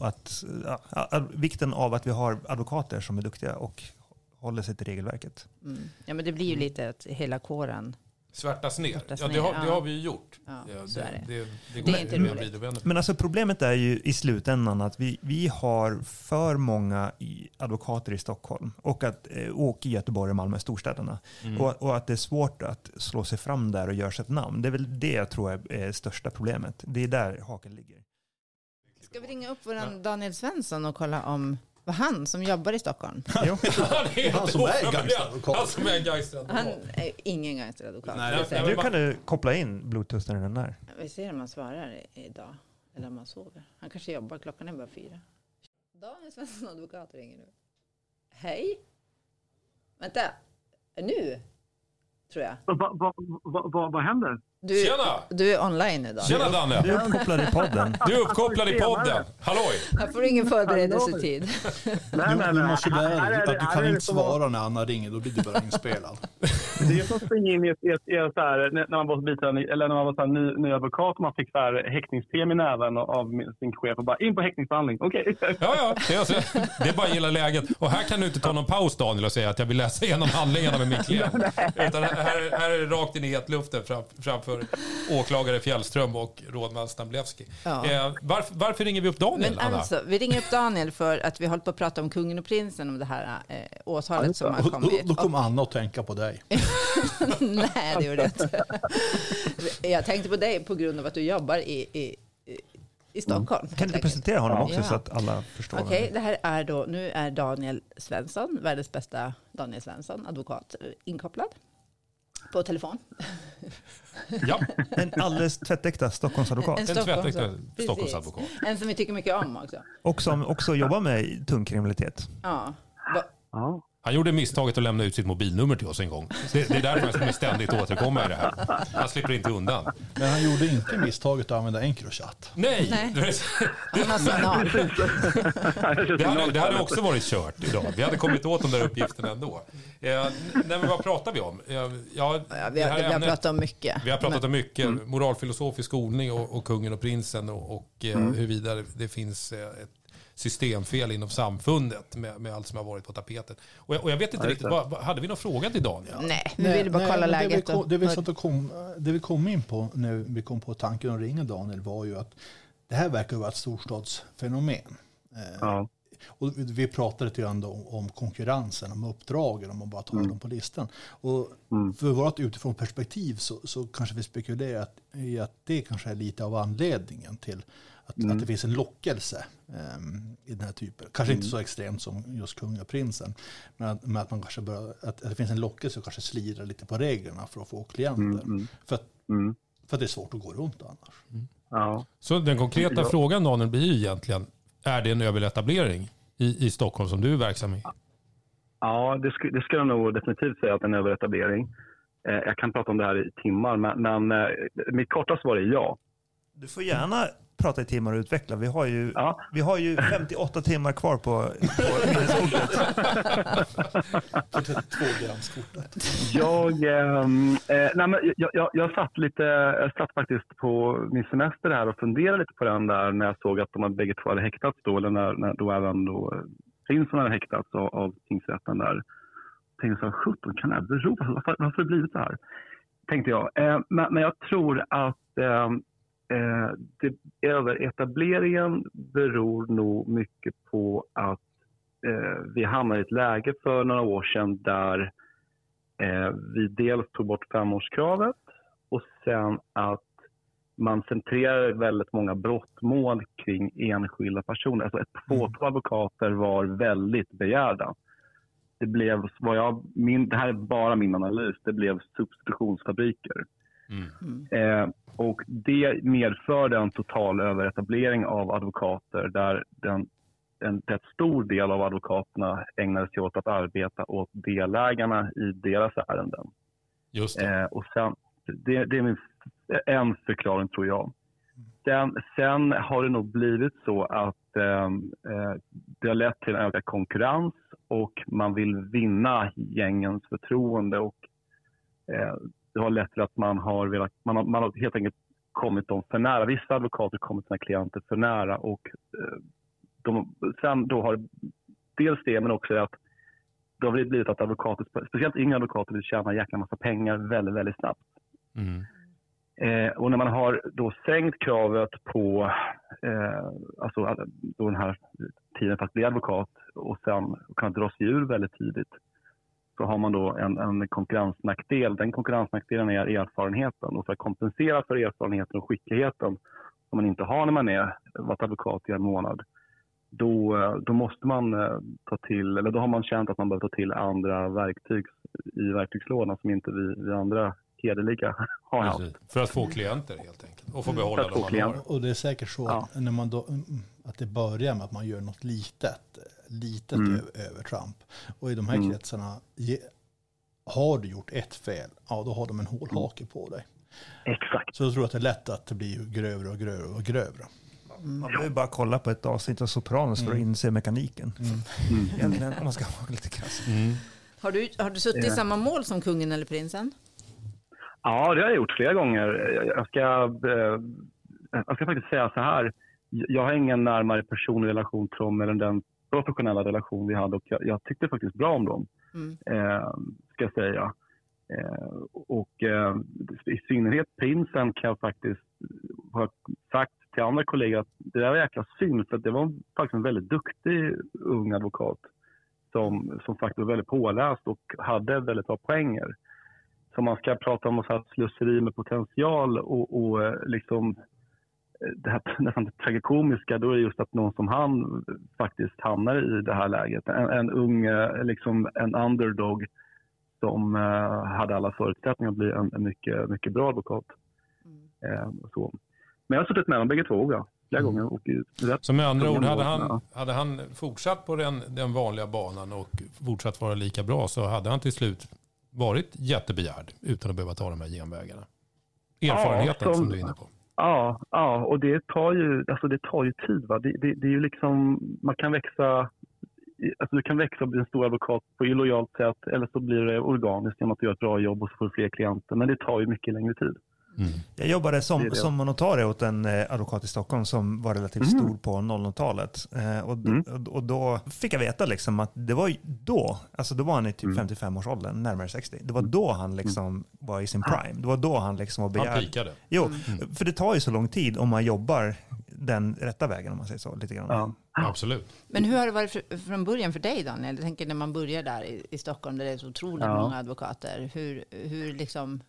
av att vi har advokater som är duktiga och håller sig till regelverket. Ja, men det blir ju lite att hela kåren svärtas ner. Det har vi ju gjort. Ja, så är det går inte roligt. Men alltså problemet är ju i slutändan att vi har för många advokater i Stockholm och i Göteborg och Malmö, storstäderna. Och att det är svårt att slå sig fram där och göra sig ett namn. Det är väl det jag tror är största problemet. Det är där haken ligger. Ska vi ringa upp våran Daniel Svensson och kolla om vad han som jobbar i Stockholm? Jo. Han som är gangsteradvokat. Han är ingen gangsteradvokat. Du kan koppla in bluetoothen i den där. Vi ser om han svarar idag. Eller om han sover. Han kanske jobbar. Klockan är bara 4. Daniel Svensson, advokat, ringer nu. Hej. Vänta. Nu? Tror jag. Vad händer? Du är online idag. Tjena Daniel. Du är uppkopplad i podden. Halloj. Jag får ingen förberedelsetid. Nej. Du måste lära dig att du kan inte svara när Anna ringer. Då blir du bara inspelad. Det är som att springa in i så här, när man var biträdande, eller när man var så här, ny advokat och man fick så här häktningspremie i näven av sin chef och bara in på häktningsförhandling. Okej. Ja. Det är bara att gilla läget. Och här kan du inte ta någon paus, Daniel, och säga att jag vill läsa igenom handlingarna med min klient. Utan här är det rakt in i hetluften framför åklagare Fjällström och rådman Stamblevski. Ja. Varför ringer vi upp Daniel, Men Anna? alltså, vi ringer upp Daniel för att vi håller på att prata om kungen och prinsen, om det här åtalet som har kommit. Då kommer Anna att tänka på dig. Nej, det gjorde jag inte. Jag tänkte på dig på grund av att du jobbar i Stockholm. Kan du presentera honom också så att alla förstår? Okej, det här är då, nu är Daniel Svensson, världens bästa Daniel Svensson, advokat, inkopplad på telefon. Ja. En alldeles tvättäkta Stockholmsadvokat. En tvättäkta Stockholmsadvokat. En som vi tycker mycket om också. Och som också jobbar med tung kriminalitet. Ja. Han gjorde misstaget att lämna ut sitt mobilnummer till oss en gång. Det är därför han ständigt återkommer i det här. Han slipper inte undan. Men han gjorde inte misstaget att använda Encrochat. Nej. Det hade också varit kört idag. Vi hade kommit åt de där uppgifterna ändå. Vad pratar vi om? Vi har pratat om mycket. Vi har pratat om mycket. Moralfilosofisk skolning och kungen och prinsen och huruvida det finns ett systemfel inom samfundet med allt som har varit på tapeten. Och jag vet inte riktigt, hade vi någon fråga till Daniel? Nej, vi ville bara kolla läget. Det vi kom in på när vi kom på tanken att ringa Daniel var ju att det här verkar vara ett storstadsfenomen. Och vi pratade lite grann om konkurrensen, om uppdragen, om man bara tar dem på listan. Och för vårt utifrån perspektiv så kanske vi spekulerar i att det kanske är lite av anledningen till att det finns en lockelse i den här typen. Kanske inte så extremt som just kungen och prinsen, men att man kanske att det finns en lockelse och kanske slira lite på reglerna för att få klienter. För att det är svårt att gå runt annars. Ja. Så den konkreta frågan, Daniel, blir ju egentligen, är det en överetablering i Stockholm som du är verksam i? Ja, det skulle jag nog definitivt säga att det är en överetablering. Jag kan prata om det här i timmar, men mitt korta svar är ja. Du får gärna prata i timmar och utveckla. Vi har ju 58 timmar kvar på minneskortet. På 32-gramskortet. Jag satt faktiskt på min semester här och funderade lite på den där när jag såg att de hade bägge två hade häktats då, eller när då även då Prinsson hade häktats av tingsrätten där. Jag tänkte så här, 17 kan det bero? Varför har det blivit så här? Tänkte jag. Men jag tror att överetableringen beror nog mycket på att vi hamnade i ett läge för några år sedan där vi dels tog bort 5-årskravet och sen att man centrerar väldigt många brottmål kring enskilda personer. Alltså ett fåtal advokater var väldigt begärda. Det blev, det här är bara min analys, det blev substitutionsfabriker. Och det medförde en total överetablering av advokater där en rätt stor del av advokaterna ägnade sig åt att arbeta åt delägarna i deras ärenden. Just det. Och sen, det är en förklaring tror jag. Sen har det nog blivit så att det har lett till en ökad konkurrens och man vill vinna gängens förtroende och det har lett till att man har helt enkelt kommit dem för nära. Vissa advokater har kommit sina klienter för nära och sen då har dels det men också att det har blivit att advokater, speciellt yngre advokater, vill tjäna en jäkla massa pengar väldigt, väldigt snabbt. Och när man har då sänkt kravet på alltså då den här tiden för att bli advokat och sen kan dra sig ur väldigt tidigt, så har man då en konkurrensnackdel. Den konkurrensnackdelen är erfarenheten, och för att kompensera för erfarenheten och skickligheten som man inte har när man är varit advokat i en månad, då måste man ta till, eller då har man känt att man behöver ta till andra verktyg i verktygslådan som inte vi andra hederliga har haft. För att få klienter helt enkelt. Och få behålla dem man har. Och det är säkert så att, när man då, att det börjar med att man gör något litet övertramp. Och i de här kretsarna, har du gjort ett fel, då har de en hålhake på dig. Exakt. Så jag tror att det är lätt att det blir grövre och grövre och grövre. Man behöver bara kolla på ett avsnitt av Sopranos för att inse mekaniken. Egentligen, om man ska vara lite krass. Har du suttit i samma mål som kungen eller prinsen? Ja, det har jag gjort flera gånger. Jag ska faktiskt säga så här. Jag har ingen närmare personlig relation till dem än den professionella relation vi hade. Och jag tyckte faktiskt bra om dem, ska jag säga. I synnerhet prinsen kan jag faktiskt ha sagt till andra kollegor att det där var jäkla synd. För det var faktiskt en väldigt duktig ung advokat som faktiskt var väldigt påläst och hade väldigt bra poänger. Så man ska prata om så här slöseri med potential och liksom det här nästan tragikomiska, då är just att någon som han faktiskt hamnar i det här läget. En ung, liksom en underdog som hade alla förutsättningar att bli en mycket, mycket bra advokat. Så. Men jag har suttit med dem bägge två flera gånger. Och så med andra ord, hade han fortsatt på den vanliga banan och fortsatt vara lika bra, så hade han till slut varit jättebegärd utan att behöva ta de här genvägarna. Erfarenheten som du är inne på. Ja, och det tar ju tid. Va? Det är ju liksom, man kan växa, alltså du kan växa och bli en stor advokat på illojalt sätt, eller så blir det organiskt genom att du gör ett bra jobb och så får du fler klienter. Men det tar ju mycket längre tid. Jag jobbade som notarie åt en advokat i Stockholm som var relativt stor på 00-talet. Och då fick jag veta liksom att det var då var han i typ 55-årsåldern, närmare 60. Det var då han liksom var i sin prime. Det var då han liksom var begärd. Han pikade. Jo, för det tar ju så lång tid om man jobbar den rätta vägen, om man säger så, lite grann. Ja, absolut. Men hur har det varit från början för dig, Daniel? Jag tänker när man börjar där i Stockholm där det är så otroligt många advokater. Hur liksom...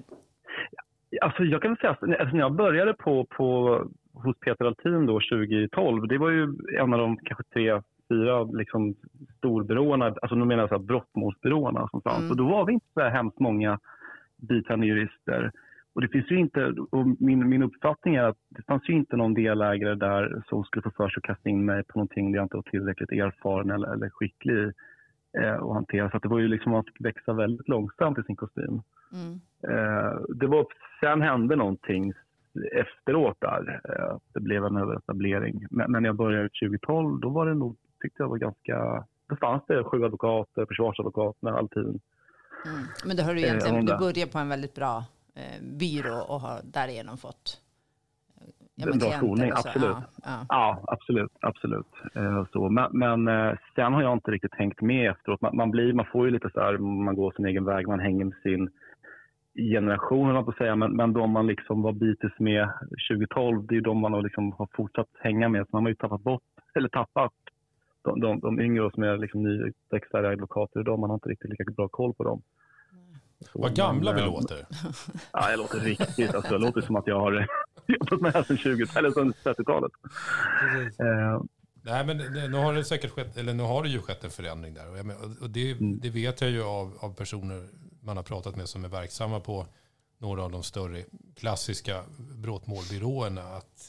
Alltså jag kan säga, när jag började hos Peter Altin då 2012, det var ju en av de kanske 3-4 liksom storbyråerna, alltså nu menar jag så här brottmålsbyråerna som fanns. Och då var vi inte så här hemskt många biträdande jurister. Och det finns ju inte, och min uppfattning är att det fanns ju inte någon delägare där som skulle få för sig att kasta in mig på någonting där jag inte var tillräckligt erfaren eller skicklig att hantera. Så att det var ju liksom att växa väldigt långsamt i sin kostym. Sen hände någonting efteråt där. Det blev en överetablering. Men när jag började 2012, då var det nog, tyckte jag var ganska... Då fanns det 7 advokater, försvarsadvokater med all tiden. Men då har du egentligen, du började på en väldigt bra byrå och har därigenom fått en bra skolning, absolut. Ja, absolut. Så. Men sen har jag inte riktigt hängt med efteråt. Man får ju lite så här, man går sin egen väg, man hänger med sin generation, man får säga. Men de man liksom var bitis med 2012, det är ju de man liksom har fortsatt hänga med. Så man har ju tappat de yngre som är liksom nyväxlade advokater idag. Man har inte riktigt lika bra koll på dem. Så, vad gamla vi låter. Ja, jag låter riktigt. Alltså, det låter som att jag har jobbat med det här sedan 20 eller sedan 30-talet. Nej, men nu har det säkert skett, eller nu har det ju skett en förändring där. Och det vet jag ju av personer man har pratat med som är verksamma på några av de större klassiska brottmålbyråerna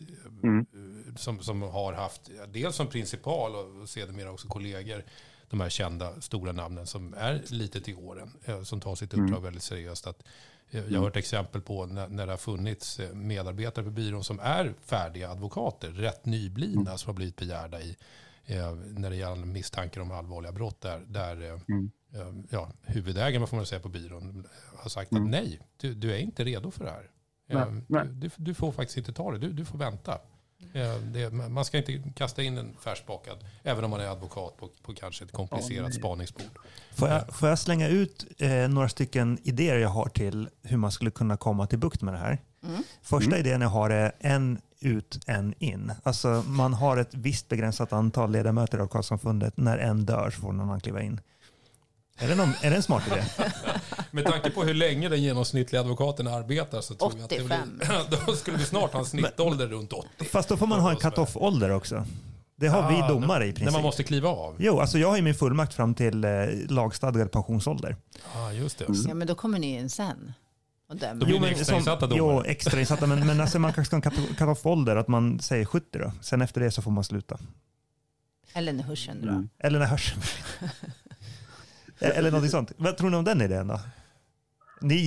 som har haft, dels som principal och sedermera också kollegor, de här kända stora namnen som är lite till åren, som tar sitt uppdrag väldigt seriöst. Att jag har hört exempel på när det har funnits medarbetare på byrån som är färdiga advokater, rätt nyblivna, som har blivit begärda när det gäller misstankar om allvarliga brott där huvudägaren, vad får man säga, på byrån har sagt att nej, du är inte redo för det här. Du får faktiskt inte ta det, du får vänta. Man ska inte kasta in en färskbakad, även om man är advokat på kanske ett komplicerat spaningsbord. Får jag slänga ut några stycken idéer jag har till hur man skulle kunna komma till bukt med det här? Första idén jag har är en ut, en in. Alltså man har ett visst begränsat antal ledamöter i Advokatsamfundet. När en dör så får någon annan kliva in. Är det en smart idé? Med tanke på hur länge den genomsnittliga advokaten arbetar så tror 85. jag att då skulle vi snart ha en snittålder runt 80. Fast då får man ha en cut-off-ålder också. Det har vi domare i princip. När man måste kliva av. Jo, alltså jag har ju min fullmakt fram till lagstadgad pensionsålder. Ja, just det. Ja, men då kommer ni in sen. Då blir ni extrainsatta domare. Jo, extrainsatta. Men alltså man kanske ska ha en cut-off-ålder, att man säger 70 då. Sen efter det så får man sluta. Eller när hörseln drar. Eller när hörseln eller något sånt. Vad tror ni om den idén då? Ni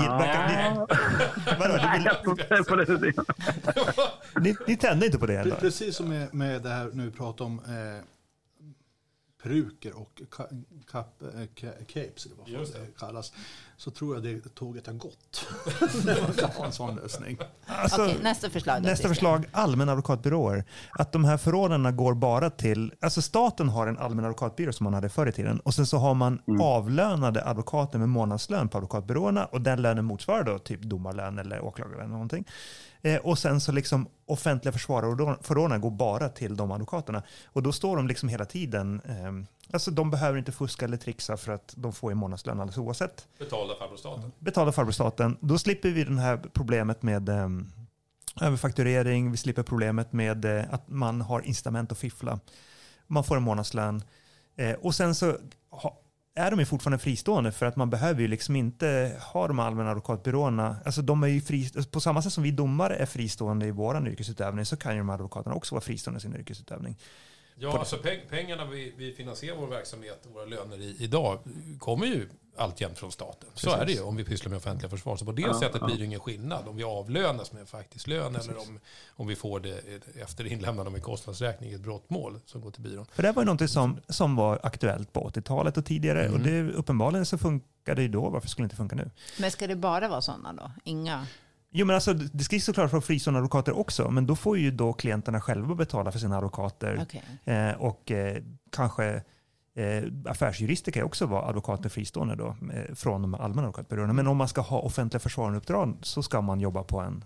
tänder inte på det ändå. Precis som med det här nu vi pratar om peruker och capes, eller vad det kallas, så tror jag det tåget har gått. Det kan vara en sån lösning. Alltså, okej, nästa förslag, allmänna advokatbyråer. Att de här förordnarna går bara till, alltså staten har en allmän advokatbyrå som man hade förr i tiden, och sen så har man avlönade advokater med månadslön på advokatbyråerna, och den lönen motsvarar då typ domarlön eller åklagarlön eller någonting. Och sen så liksom offentliga försvarare går bara till de advokaterna. Och då står de liksom hela tiden, alltså de behöver inte fuska eller trixa för att de får i månadslön alldeles oavsett. Betala farbror staten. Då slipper vi det här problemet med överfakturering, vi slipper problemet med att man har incitament att fiffla. Man får en månadslön. Och sen så är de ju fortfarande fristående, för att man behöver ju liksom inte ha de allmänna advokatbyråerna. Alltså de är ju på samma sätt som vi domare är fristående i vår yrkesutövning, så kan ju de advokaterna också vara fristående i sin yrkesutövning. Ja, alltså pengarna vi finansierar vår verksamhet och våra löner idag kommer ju alltjämt från staten. Så är det ju om vi pysslar med offentliga försvar. Så på det sättet blir det ingen skillnad om vi avlönas med en faktisk lön eller om vi får det efter inlämnande med kostnadsräkning i ett brottmål som går till byrån. För det var ju någonting som var aktuellt på 80-talet och tidigare, och det uppenbarligen så funkar det ju då. Varför skulle det inte funka nu? Men ska det bara vara sådana då? Inga... Jo, men alltså, det ska ju såklart vara fristående advokater också, men då får ju då klienterna själva betala för sina advokater. Okay. Och kanske affärsjurister kan ju också vara advokater fristående då, från de allmänna advokatbyråerna. Men om man ska ha offentliga försvaruppdrag så ska man jobba på en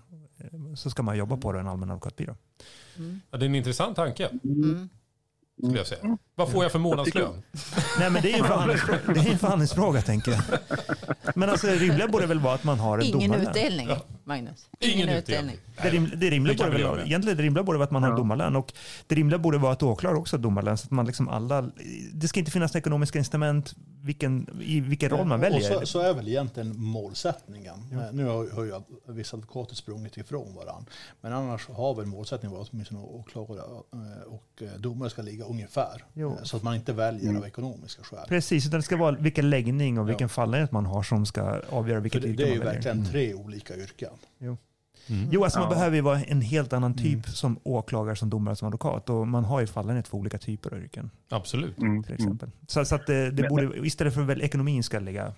allmän advokatbyrå. Ja, det är en intressant tanke. Skulle jag säga. Vad får jag för månadslön? Nej, men det är en förhandlingsfråga, tänker jag. Men alltså det rimliga borde väl vara att man har en domarlön. Ingen utdelning, Magnus. Ingen utdelning. Det rimliga borde vara att man har en domarlön, och det rimliga borde vara att åklagare också har domarlön, så att man liksom det ska inte finnas ekonomiska incitament i vilken roll man väljer. Och så är väl egentligen målsättningen. Nu har ju vissa advokater sprungit ifrån varandra, men annars har väl målsättningen varit åtminstone åklagare och domare ska ligga ungefär. Så att man inte väljer av ekonomiska skäl. Precis, utan det ska vara vilken läggning och vilken fallenhet man har som ska avgöra vilket yrke man väljer. Det är ju verkligen 3 olika yrken. Jo. Jo, alltså man behöver ju vara en helt annan typ som åklagare, som domare, som advokat. Och man har ju fallenhet för olika typer av yrken. Absolut. Till exempel. Så att det borde, istället för att ekonomin ska ligga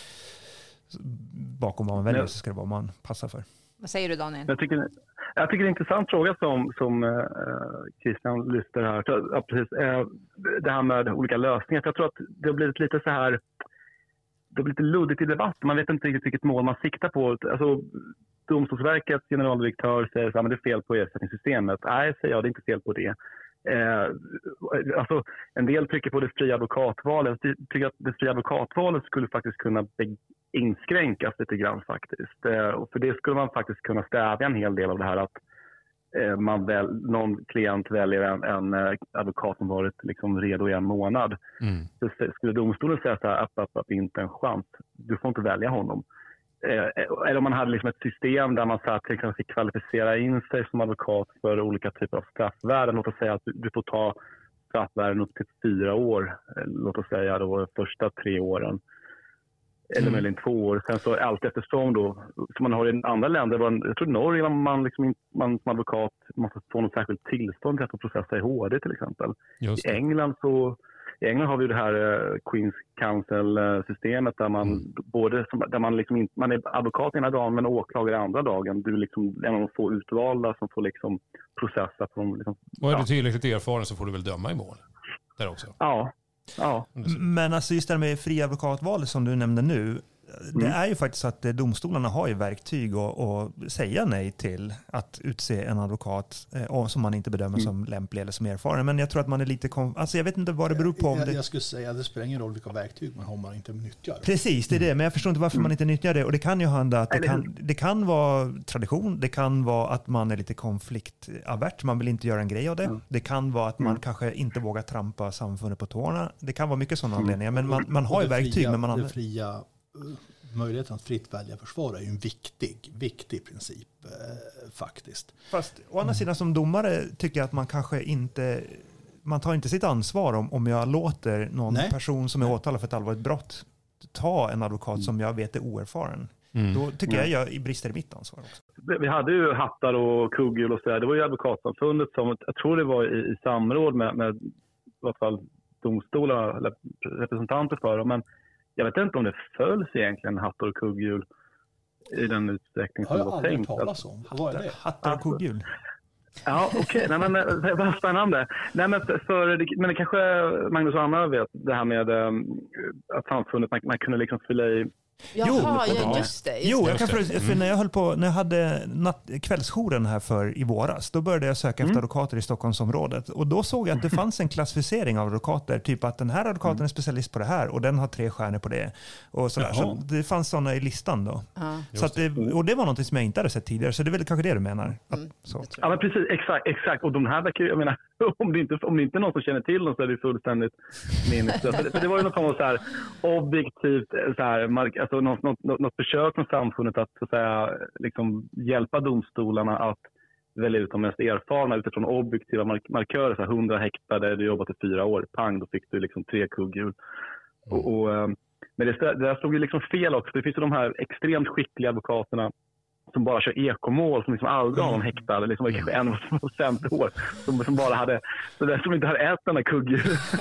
bakom vad man väljer, så ska det vara vad man passar för. Vad säger du, Daniel? Jag tycker det är en intressant fråga som Christian lyfter här. Ja, precis. Det här med olika lösningar. Jag tror att det har blivit lite så här, det har blivit lite luddigt i debatten. Man vet inte riktigt vilket mål man siktar på. Alltså, Domstolsverkets generaldirektör säger att det är fel på ersättningssystemet. Nej, säger jag, det är inte fel på det. Alltså, en del trycker på det fria advokatvalet. Jag tycker att det fria advokatvalet skulle faktiskt kunna inskränkas lite grann faktiskt. Och för det skulle man faktiskt kunna stävja en hel del av det här att någon klient väljer en advokat som varit liksom redo i en månad. Så skulle domstolen säga så här, att inte en chans. Du får inte välja honom. Eller om man hade liksom ett system där man så här, till exempel fick kvalificera in sig som advokat för olika typer av straffvärden. Låt oss säga att du får ta straffvärden upp till 4 år. Låt oss säga då de första 3 åren. Eller möjligen 2 år. Sen så allt eftersom då, som man har i andra länder, jag tror Norge, man som advokat måste få något särskilt tillstånd till att få processa i HD till exempel. I England har vi det här Queen's Counsel-systemet där man är advokat ena dagen men åklagare andra dagen. Du liksom är en av de få utvalda som får liksom processa. Och är du tillräckligt erfaren så får du väl döma i mål där också? Ja. Men alltså just det med fria advokatvalet som du nämnde nu, det är ju faktiskt så att domstolarna har ju verktyg att säga nej till att utse en advokat som man inte bedömer som lämplig eller som erfaren. Men jag tror att man är lite... Alltså jag vet inte vad det beror på. Jag skulle säga att det spelar ingen roll vilka verktyg man har om man inte nyttjar. Precis, det är det. Men jag förstår inte varför man inte nyttjar det. Och det kan ju hända att det kan vara tradition. Det kan vara att man är lite konfliktavert. Man vill inte göra en grej av det. Det kan vara att man kanske inte vågar trampa samfundet på tårna. Det kan vara mycket sådana anledningar. Men man har ju verktyg. Men man möjligheten att fritt välja försvara är ju en viktig princip faktiskt. Fast å andra sidan som domare tycker jag att man kanske inte, man tar inte sitt ansvar om jag låter någon person som är åtalad för ett allvarligt brott ta en advokat som jag vet är oerfaren. Då tycker jag brister i mitt ansvar också. Vi hade ju hattar och kugghjul och sådär. Det var ju advokatsamfundet som, jag tror det var i samråd med i alla fall domstolar eller representanter för dem, men jag vet inte om det följs egentligen hattar och kugghjul i den utsträckning som det var tänkt. Har jag aldrig talas om? Vad är det? Hattar och kugghjul? Ja, okej. Nej, men vad spännande. Nej, men men det kanske Magnus och Anna vet, det här med att samfundet, man kunde liksom fylla i. Jaha, just det. Jag kan för när jag hade kvällsjouren här i våras, då började jag söka efter advokater i Stockholmsområdet. Och då såg jag att det fanns en klassificering av advokater, typ att den här advokaten är specialist på det här och den har 3 stjärnor på det. Och sådär. Så det fanns sådana i listan då. Så att och det var något som jag inte hade sett tidigare, så det är väl kanske det du menar. Ja, men precis, exakt. Och de här verkar, jag menar, om det inte är någon som känner till dem så är det fullständigt meningslöst. För det var ju något form av så här objektivt så här, alltså något försök från samfundet att, så att säga, liksom hjälpa domstolarna att välja ut de mest erfarna utifrån objektiva markörer. Så här, 100 häktade, du jobbat i 4 år, pang, då fick du liksom 3 kugghjul. Men det där slog ju liksom fel också. Det finns ju de här extremt skickliga advokaterna som bara kör ekomål, som liksom aldrig har någon häktad, eller liksom kanske 1% år, som bara hade, så där, som inte hade ätit den här kugghjul.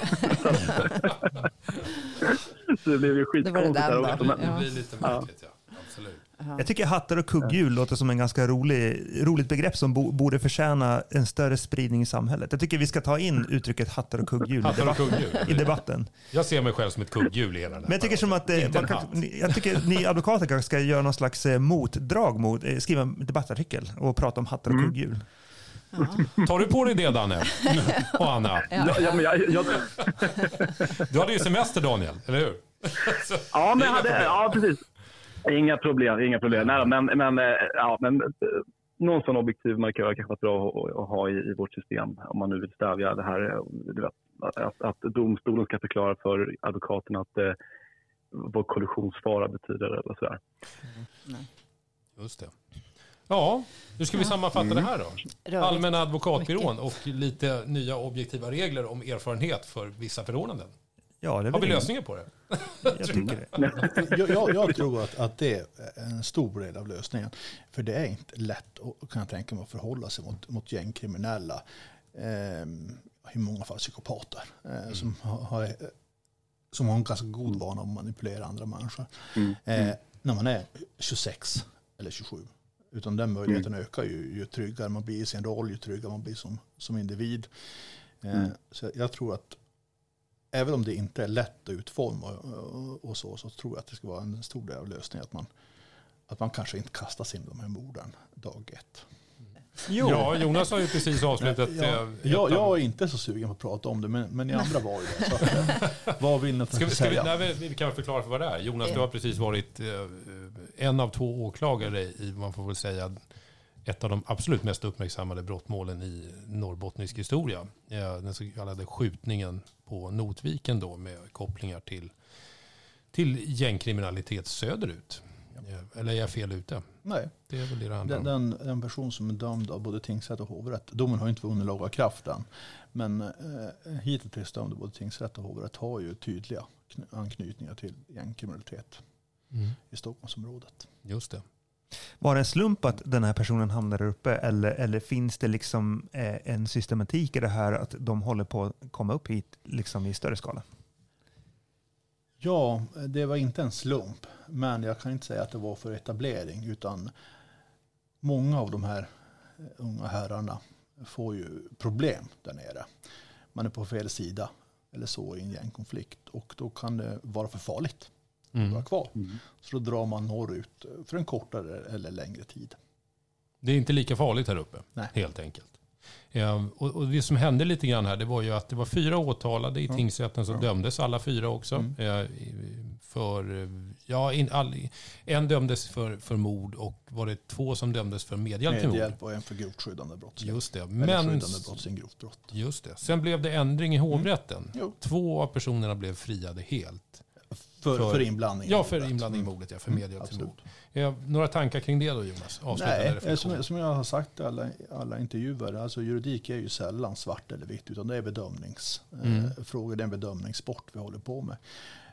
Så det blev ju skitkonstigt där också. Det blir lite märkligt, absolut. Jag tycker hattar och kugghjul låter som en ganska roligt begrepp som borde förtjäna en större spridning i samhället. Jag tycker vi ska ta in uttrycket hattar och kugghjul i debatten. Jag ser mig själv som ett kugghjul i hela den här. Men jag tycker som att jag tycker ni advokater kanske ska göra någon slags motdrag skriva en debattartikel och prata om hattar och kugghjul. Tar du på dig det, Daniel? Och Anna? Du hade ju semester, Daniel, eller hur? Ja, men precis. Inga problem. Nej, men någon sån objektiv markör kanske var bra att ha i vårt system om man nu vill stävja det här, att domstolen ska förklara för advokaterna att vad kollisionsfara betyder eller sådär. Just det. Ja, nu ska vi sammanfatta det här då. Allmänna advokatbyrån och lite nya objektiva regler om erfarenhet för vissa förordnanden. Ja, det är Har vi väl lösningar på det? Jag tycker det. Jag tror att det är en stor del av lösningen. För det är inte lätt att, kan jag tänka mig, att förhålla sig mot gängkriminella. I många fall psykopater. Som har en ganska god vana att manipulera andra människor. När man är 26 eller 27. Utan den möjligheten ökar ju tryggare man blir i sin roll, ju tryggare man blir som individ. Så jag tror att även om det inte är lätt att utforma och så tror jag att det ska vara en stor del av lösningen att man kanske inte kastas in i de här morden dag ett. Jo. Ja, Jonas har ju precis avslutat. Jag är inte så sugen på att prata om det, men ni andra var ju det. Så att, vad vill ni säga? Vi kan förklara för vad det är. Jonas, du har precis varit en av 2 åklagare i, man får väl säga, ett av de absolut mest uppmärksammade brottmålen i norrbottnisk historia. Den så kallade skjutningen på Notviken då, med kopplingar till gängkriminalitet söderut. Eller är jag fel ute? Nej. Det är väl det handlar om. Den person som är dömd av både tingsrätt och hovrätt, domen har inte vunnit laga kraft än, men hittills dömda både tingsrätt och hovrätt har ju tydliga anknytningar till gängkriminalitet i Stockholmsområdet. Just det. Var det en slump att den här personen hamnar där uppe eller finns det liksom en systematik i det här att de håller på att komma upp hit liksom i större skala? Ja, det var inte en slump, men jag kan inte säga att det var för etablering, utan många av de här unga herrarna får ju problem där nere. Man är på fel sida eller så i en gängkonflikt, och då kan det vara för farligt att vara kvar. Så då drar man norrut för en kortare eller längre tid. Det är inte lika farligt här uppe, helt enkelt. Och det som hände lite grann här, det var ju att det var 4 åtalade i tingsrätten som dömdes, alla 4 också. En dömdes för mord, och var det 2 som dömdes för medhjälp till mord. Medhjälp och en för grovt skyddande brott. Just det. Eller skyddande brott sin grovt brott. Just det. Sen blev det ändring i hovrätten. 2 av personerna blev friade helt. För inblandning. Ja, för inblandning i mordet, för medhjälp till mord. Några tankar kring det då, Jonas? Nej, som jag har sagt i alla intervjuer, alltså juridik är ju sällan svart eller vitt, utan det är bedömningsfrågor, det är en bedömningssport vi håller på med.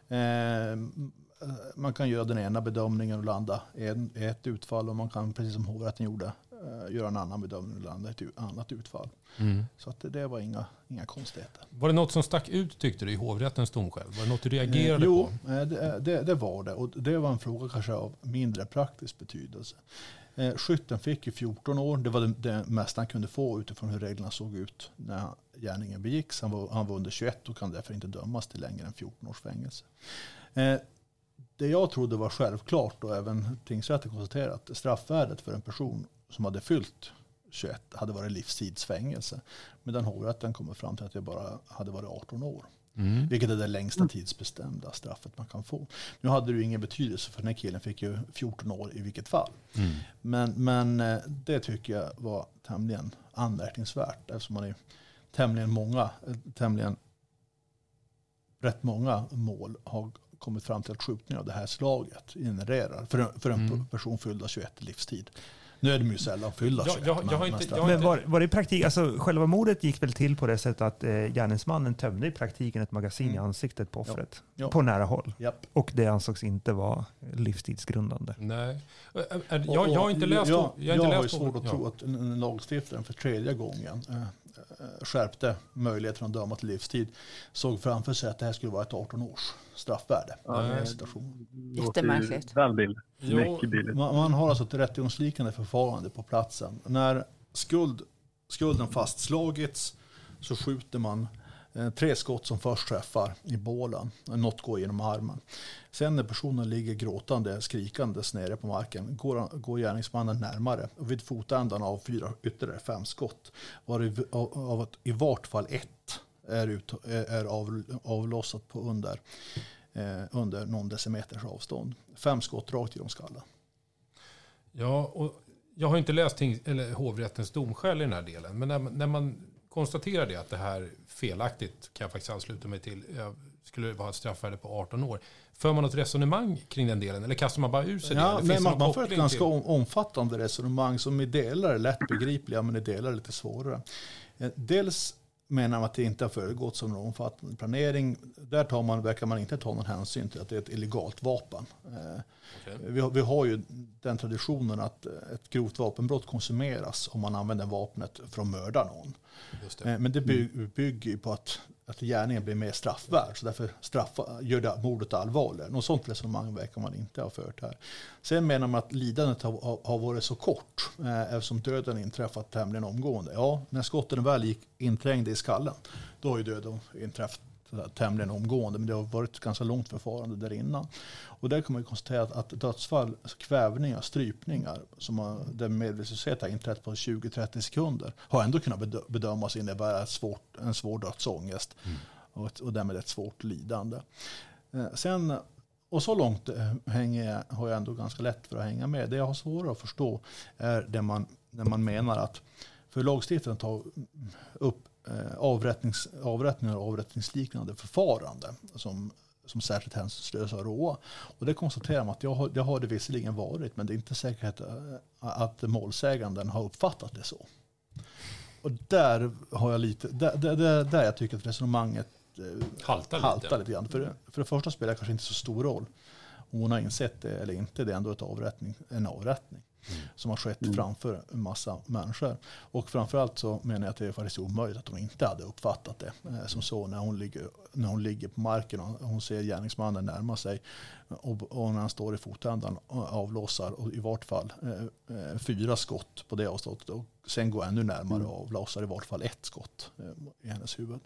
Man kan göra den ena bedömningen och landa i ett utfall, och man kan, precis som hovrätten gjorde, göra en annan bedömning och landa i ett annat utfall. Så att det var inga konstigheter. Var det något som stack ut, tyckte du, i hovrättens dom själv? Var det något du reagerade på? Det var det. Och det var en fråga kanske av mindre praktisk betydelse. Skytten fick ju 14 år. Det var det mesta han kunde få utifrån hur reglerna såg ut när gärningen begicks. Han var under 21 och kan därför inte dömas till längre än 14 års fängelse. Det jag trodde var självklart, och även tingsrätten konstaterat, straffvärdet för en person som hade fyllt 21 hade varit livstidsfängelse. Medan hovrätten kommer fram till att det bara hade varit 18 år. Vilket är det längsta tidsbestämda straffet man kan få. Nu hade det ju ingen betydelse, för den här killen fick ju 14 år i vilket fall. Men det tycker jag var tämligen anmärkningsvärt, eftersom man är rätt många mål har kommit fram till att skjutningar av det här slaget genererar för en person fylld av 21 livstid. Nu är de ju sällan fyllda 21. Men var det i praktik, alltså själva mordet gick väl till på det sättet att gärningsmannen tömde i praktiken ett magasin i ansiktet på offret på nära håll. Japp. Och det ansågs inte vara livstidsgrundande. Nej. Jag har inte läst. Jag har svårt att tro att en lagstiftare för 3:e gången skärpte möjligheten att döma till livstid, såg framför sig att det här skulle vara ett 18-års straffvärde. Jättemärkligt. Man har alltså ett rättegångsliknande förfarande på platsen. När skulden fastslagits så skjuter man 3 skott som först träffar i bålen. Något går genom armen. Sen när personen ligger gråtande, skrikandes nere på marken, går gärningsmannen närmare. Och vid fotändan av 4 ytterligare 5 skott, av att i vart fall 1 är avlossat på under någon decimeters avstånd. 5 skott rakt genom skallen. Ja, och jag har inte läst hovrättens domskäl i den här delen. Men när man konstaterar det, att det här felaktigt, kan jag faktiskt ansluta mig till, skulle vara ett straffvärde på 18 år. För man något resonemang kring den delen? Eller kastar man bara ur sig det? Men man får ett ganska omfattande resonemang som i delar är lätt begripliga, men i delar är lite svårare. Dels menar att det inte har föregått som någon omfattande planering. Där verkar man inte ta någon hänsyn till att det är ett illegalt vapen. Vi har ju den traditionen att ett grovt vapenbrott konsumeras om man använder vapnet för att mörda någon. Men det bygger ju på att gärningen blir mer straffvärd, så därför gör det mordet allvarligare. Något sånt resonemang verkar man inte ha fört här. Sen menar man att lidandet har varit så kort eftersom döden inträffat tämligen omgående. Ja, när skotten väl inträngde i skallen, då har ju döden inträffat tämligen omgående, men det har varit ett ganska långt förfarande där innan. Och där kan man konstatera att dödsfall, alltså kvävningar, strypningar där medvetslöshet har inträtt på 20-30 sekunder har ändå kunnat bedömas innebära en svår dödsångest och därmed ett svårt lidande. Sen, och så långt har jag ändå ganska lätt för att hänga med. Det jag har svårare att förstå är när man menar att för lagstiftaren tar upp avrättningar och avrättningsliknande förfarande som särskilt hänsynslösa och råa. Och det konstaterar man att det har det visserligen varit, men det är inte säkert att målsäganden har uppfattat det så. Och där har jag där jag tycker att resonemanget haltar lite grann. För det första spelar det kanske inte så stor roll om hon har insett det eller inte. Det är ändå en avrättning. Som har skett framför en massa människor. Och framförallt så menar jag att det är faktiskt omöjligt att hon inte hade uppfattat det som så när hon ligger på marken och hon ser gärningsmannen närma sig och när han står i fotändan och avlossar och i vart fall 4 skott på det avståndet och sen går ännu närmare och avlossar i vart fall 1 skott i hennes huvud.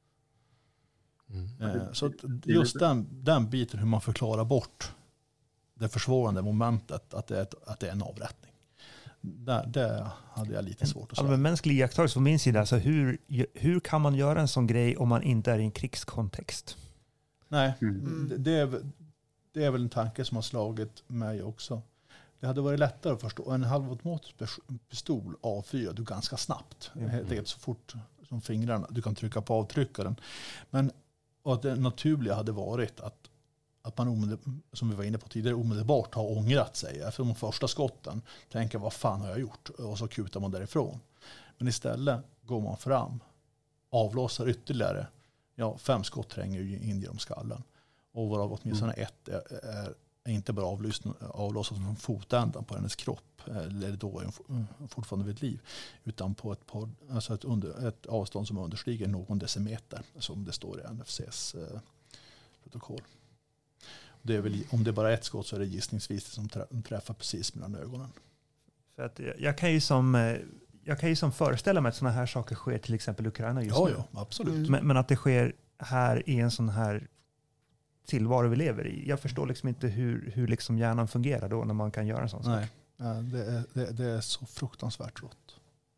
Så just den biten hur man förklarar bort det försvårande momentet att det är en avrättning. Där hade jag lite svårt att säga. Mänsklig iakttagelse från min sida. Alltså hur kan man göra en sån grej om man inte är i en krigskontext? Nej, det är väl en tanke som har slagit mig också. Det hade varit lättare att förstå. En halvautomatisk pistol avfyrar du ganska snabbt. Det är så fort som fingrarna. Du kan trycka på avtryckaren. Men att det naturliga hade varit att man, som vi var inne på tidigare, omedelbart har ångrat sig efter de första skotten. Tänker, vad fan har jag gjort? Och så kutar man därifrån. Men istället går man fram, avlossar ytterligare. 5 skott tränger ju in genom skallen. Och varav åtminstone 1 är inte bara avlossat från fotändan på hennes kropp. Eller då är hon fortfarande vid liv. Utan på ett avstånd som understiger någon decimeter. Som det står i NFCs protokoll. Det är väl, om det bara är 1 skott så är det gissningsvis det som träffar precis mellan ögonen. För att jag kan ju som föreställa mig att sådana här saker sker till exempel i Ukraina just nu. Ja, absolut. Men att det sker här i en sån här tillvaro vi lever i. Jag förstår liksom inte hur liksom hjärnan fungerar då när man kan göra en sån sak. Nej, det är så fruktansvärt rått.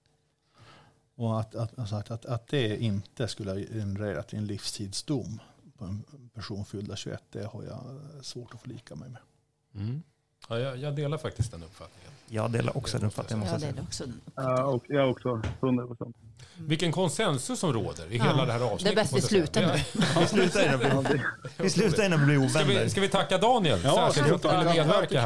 Och att det inte skulle generera till en livstidsdom på en person fyllda 21, det har jag svårt att förlika mig med. Ja, jag delar faktiskt den uppfattningen. Jag delar också den uppfattningen. Jag också 100%. Vilken konsensus som råder i hela det här avsnittet. Det är bäst vi slutar nu. Vi slutar innan vi blir ovänner. Ska vi tacka Daniel? Särskilt för att du ville medverka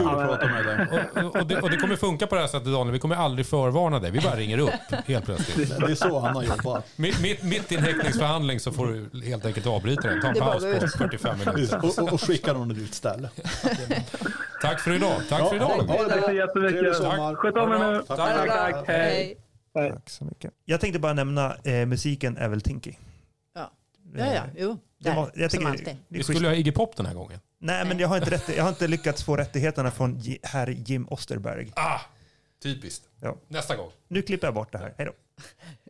här. Och det kommer funka på det här sättet, Daniel. Vi kommer aldrig förvarna dig. Vi bara ringer upp helt plötsligt. Det är så han har jobbat. Mitt i en häktningsförhandling så får du helt enkelt avbryta den. Ta en paus på 45 minuter. Och skicka någon ut ställe. Tack för idag. Tack för idag. Tack så jättemycket. Sköt om er nu. Tack. Hej. Tack så mycket. Jag tänkte bara nämna musiken är väl Tinky. Ja. Jo. Jag som alltid. Vi skulle ha Iggy Pop den här gången. Nej, men jag har inte lyckats få rättigheterna från herr Jim Osterberg. Typiskt. Ja. Nästa gång. Nu klipper jag bort det här. Hej då.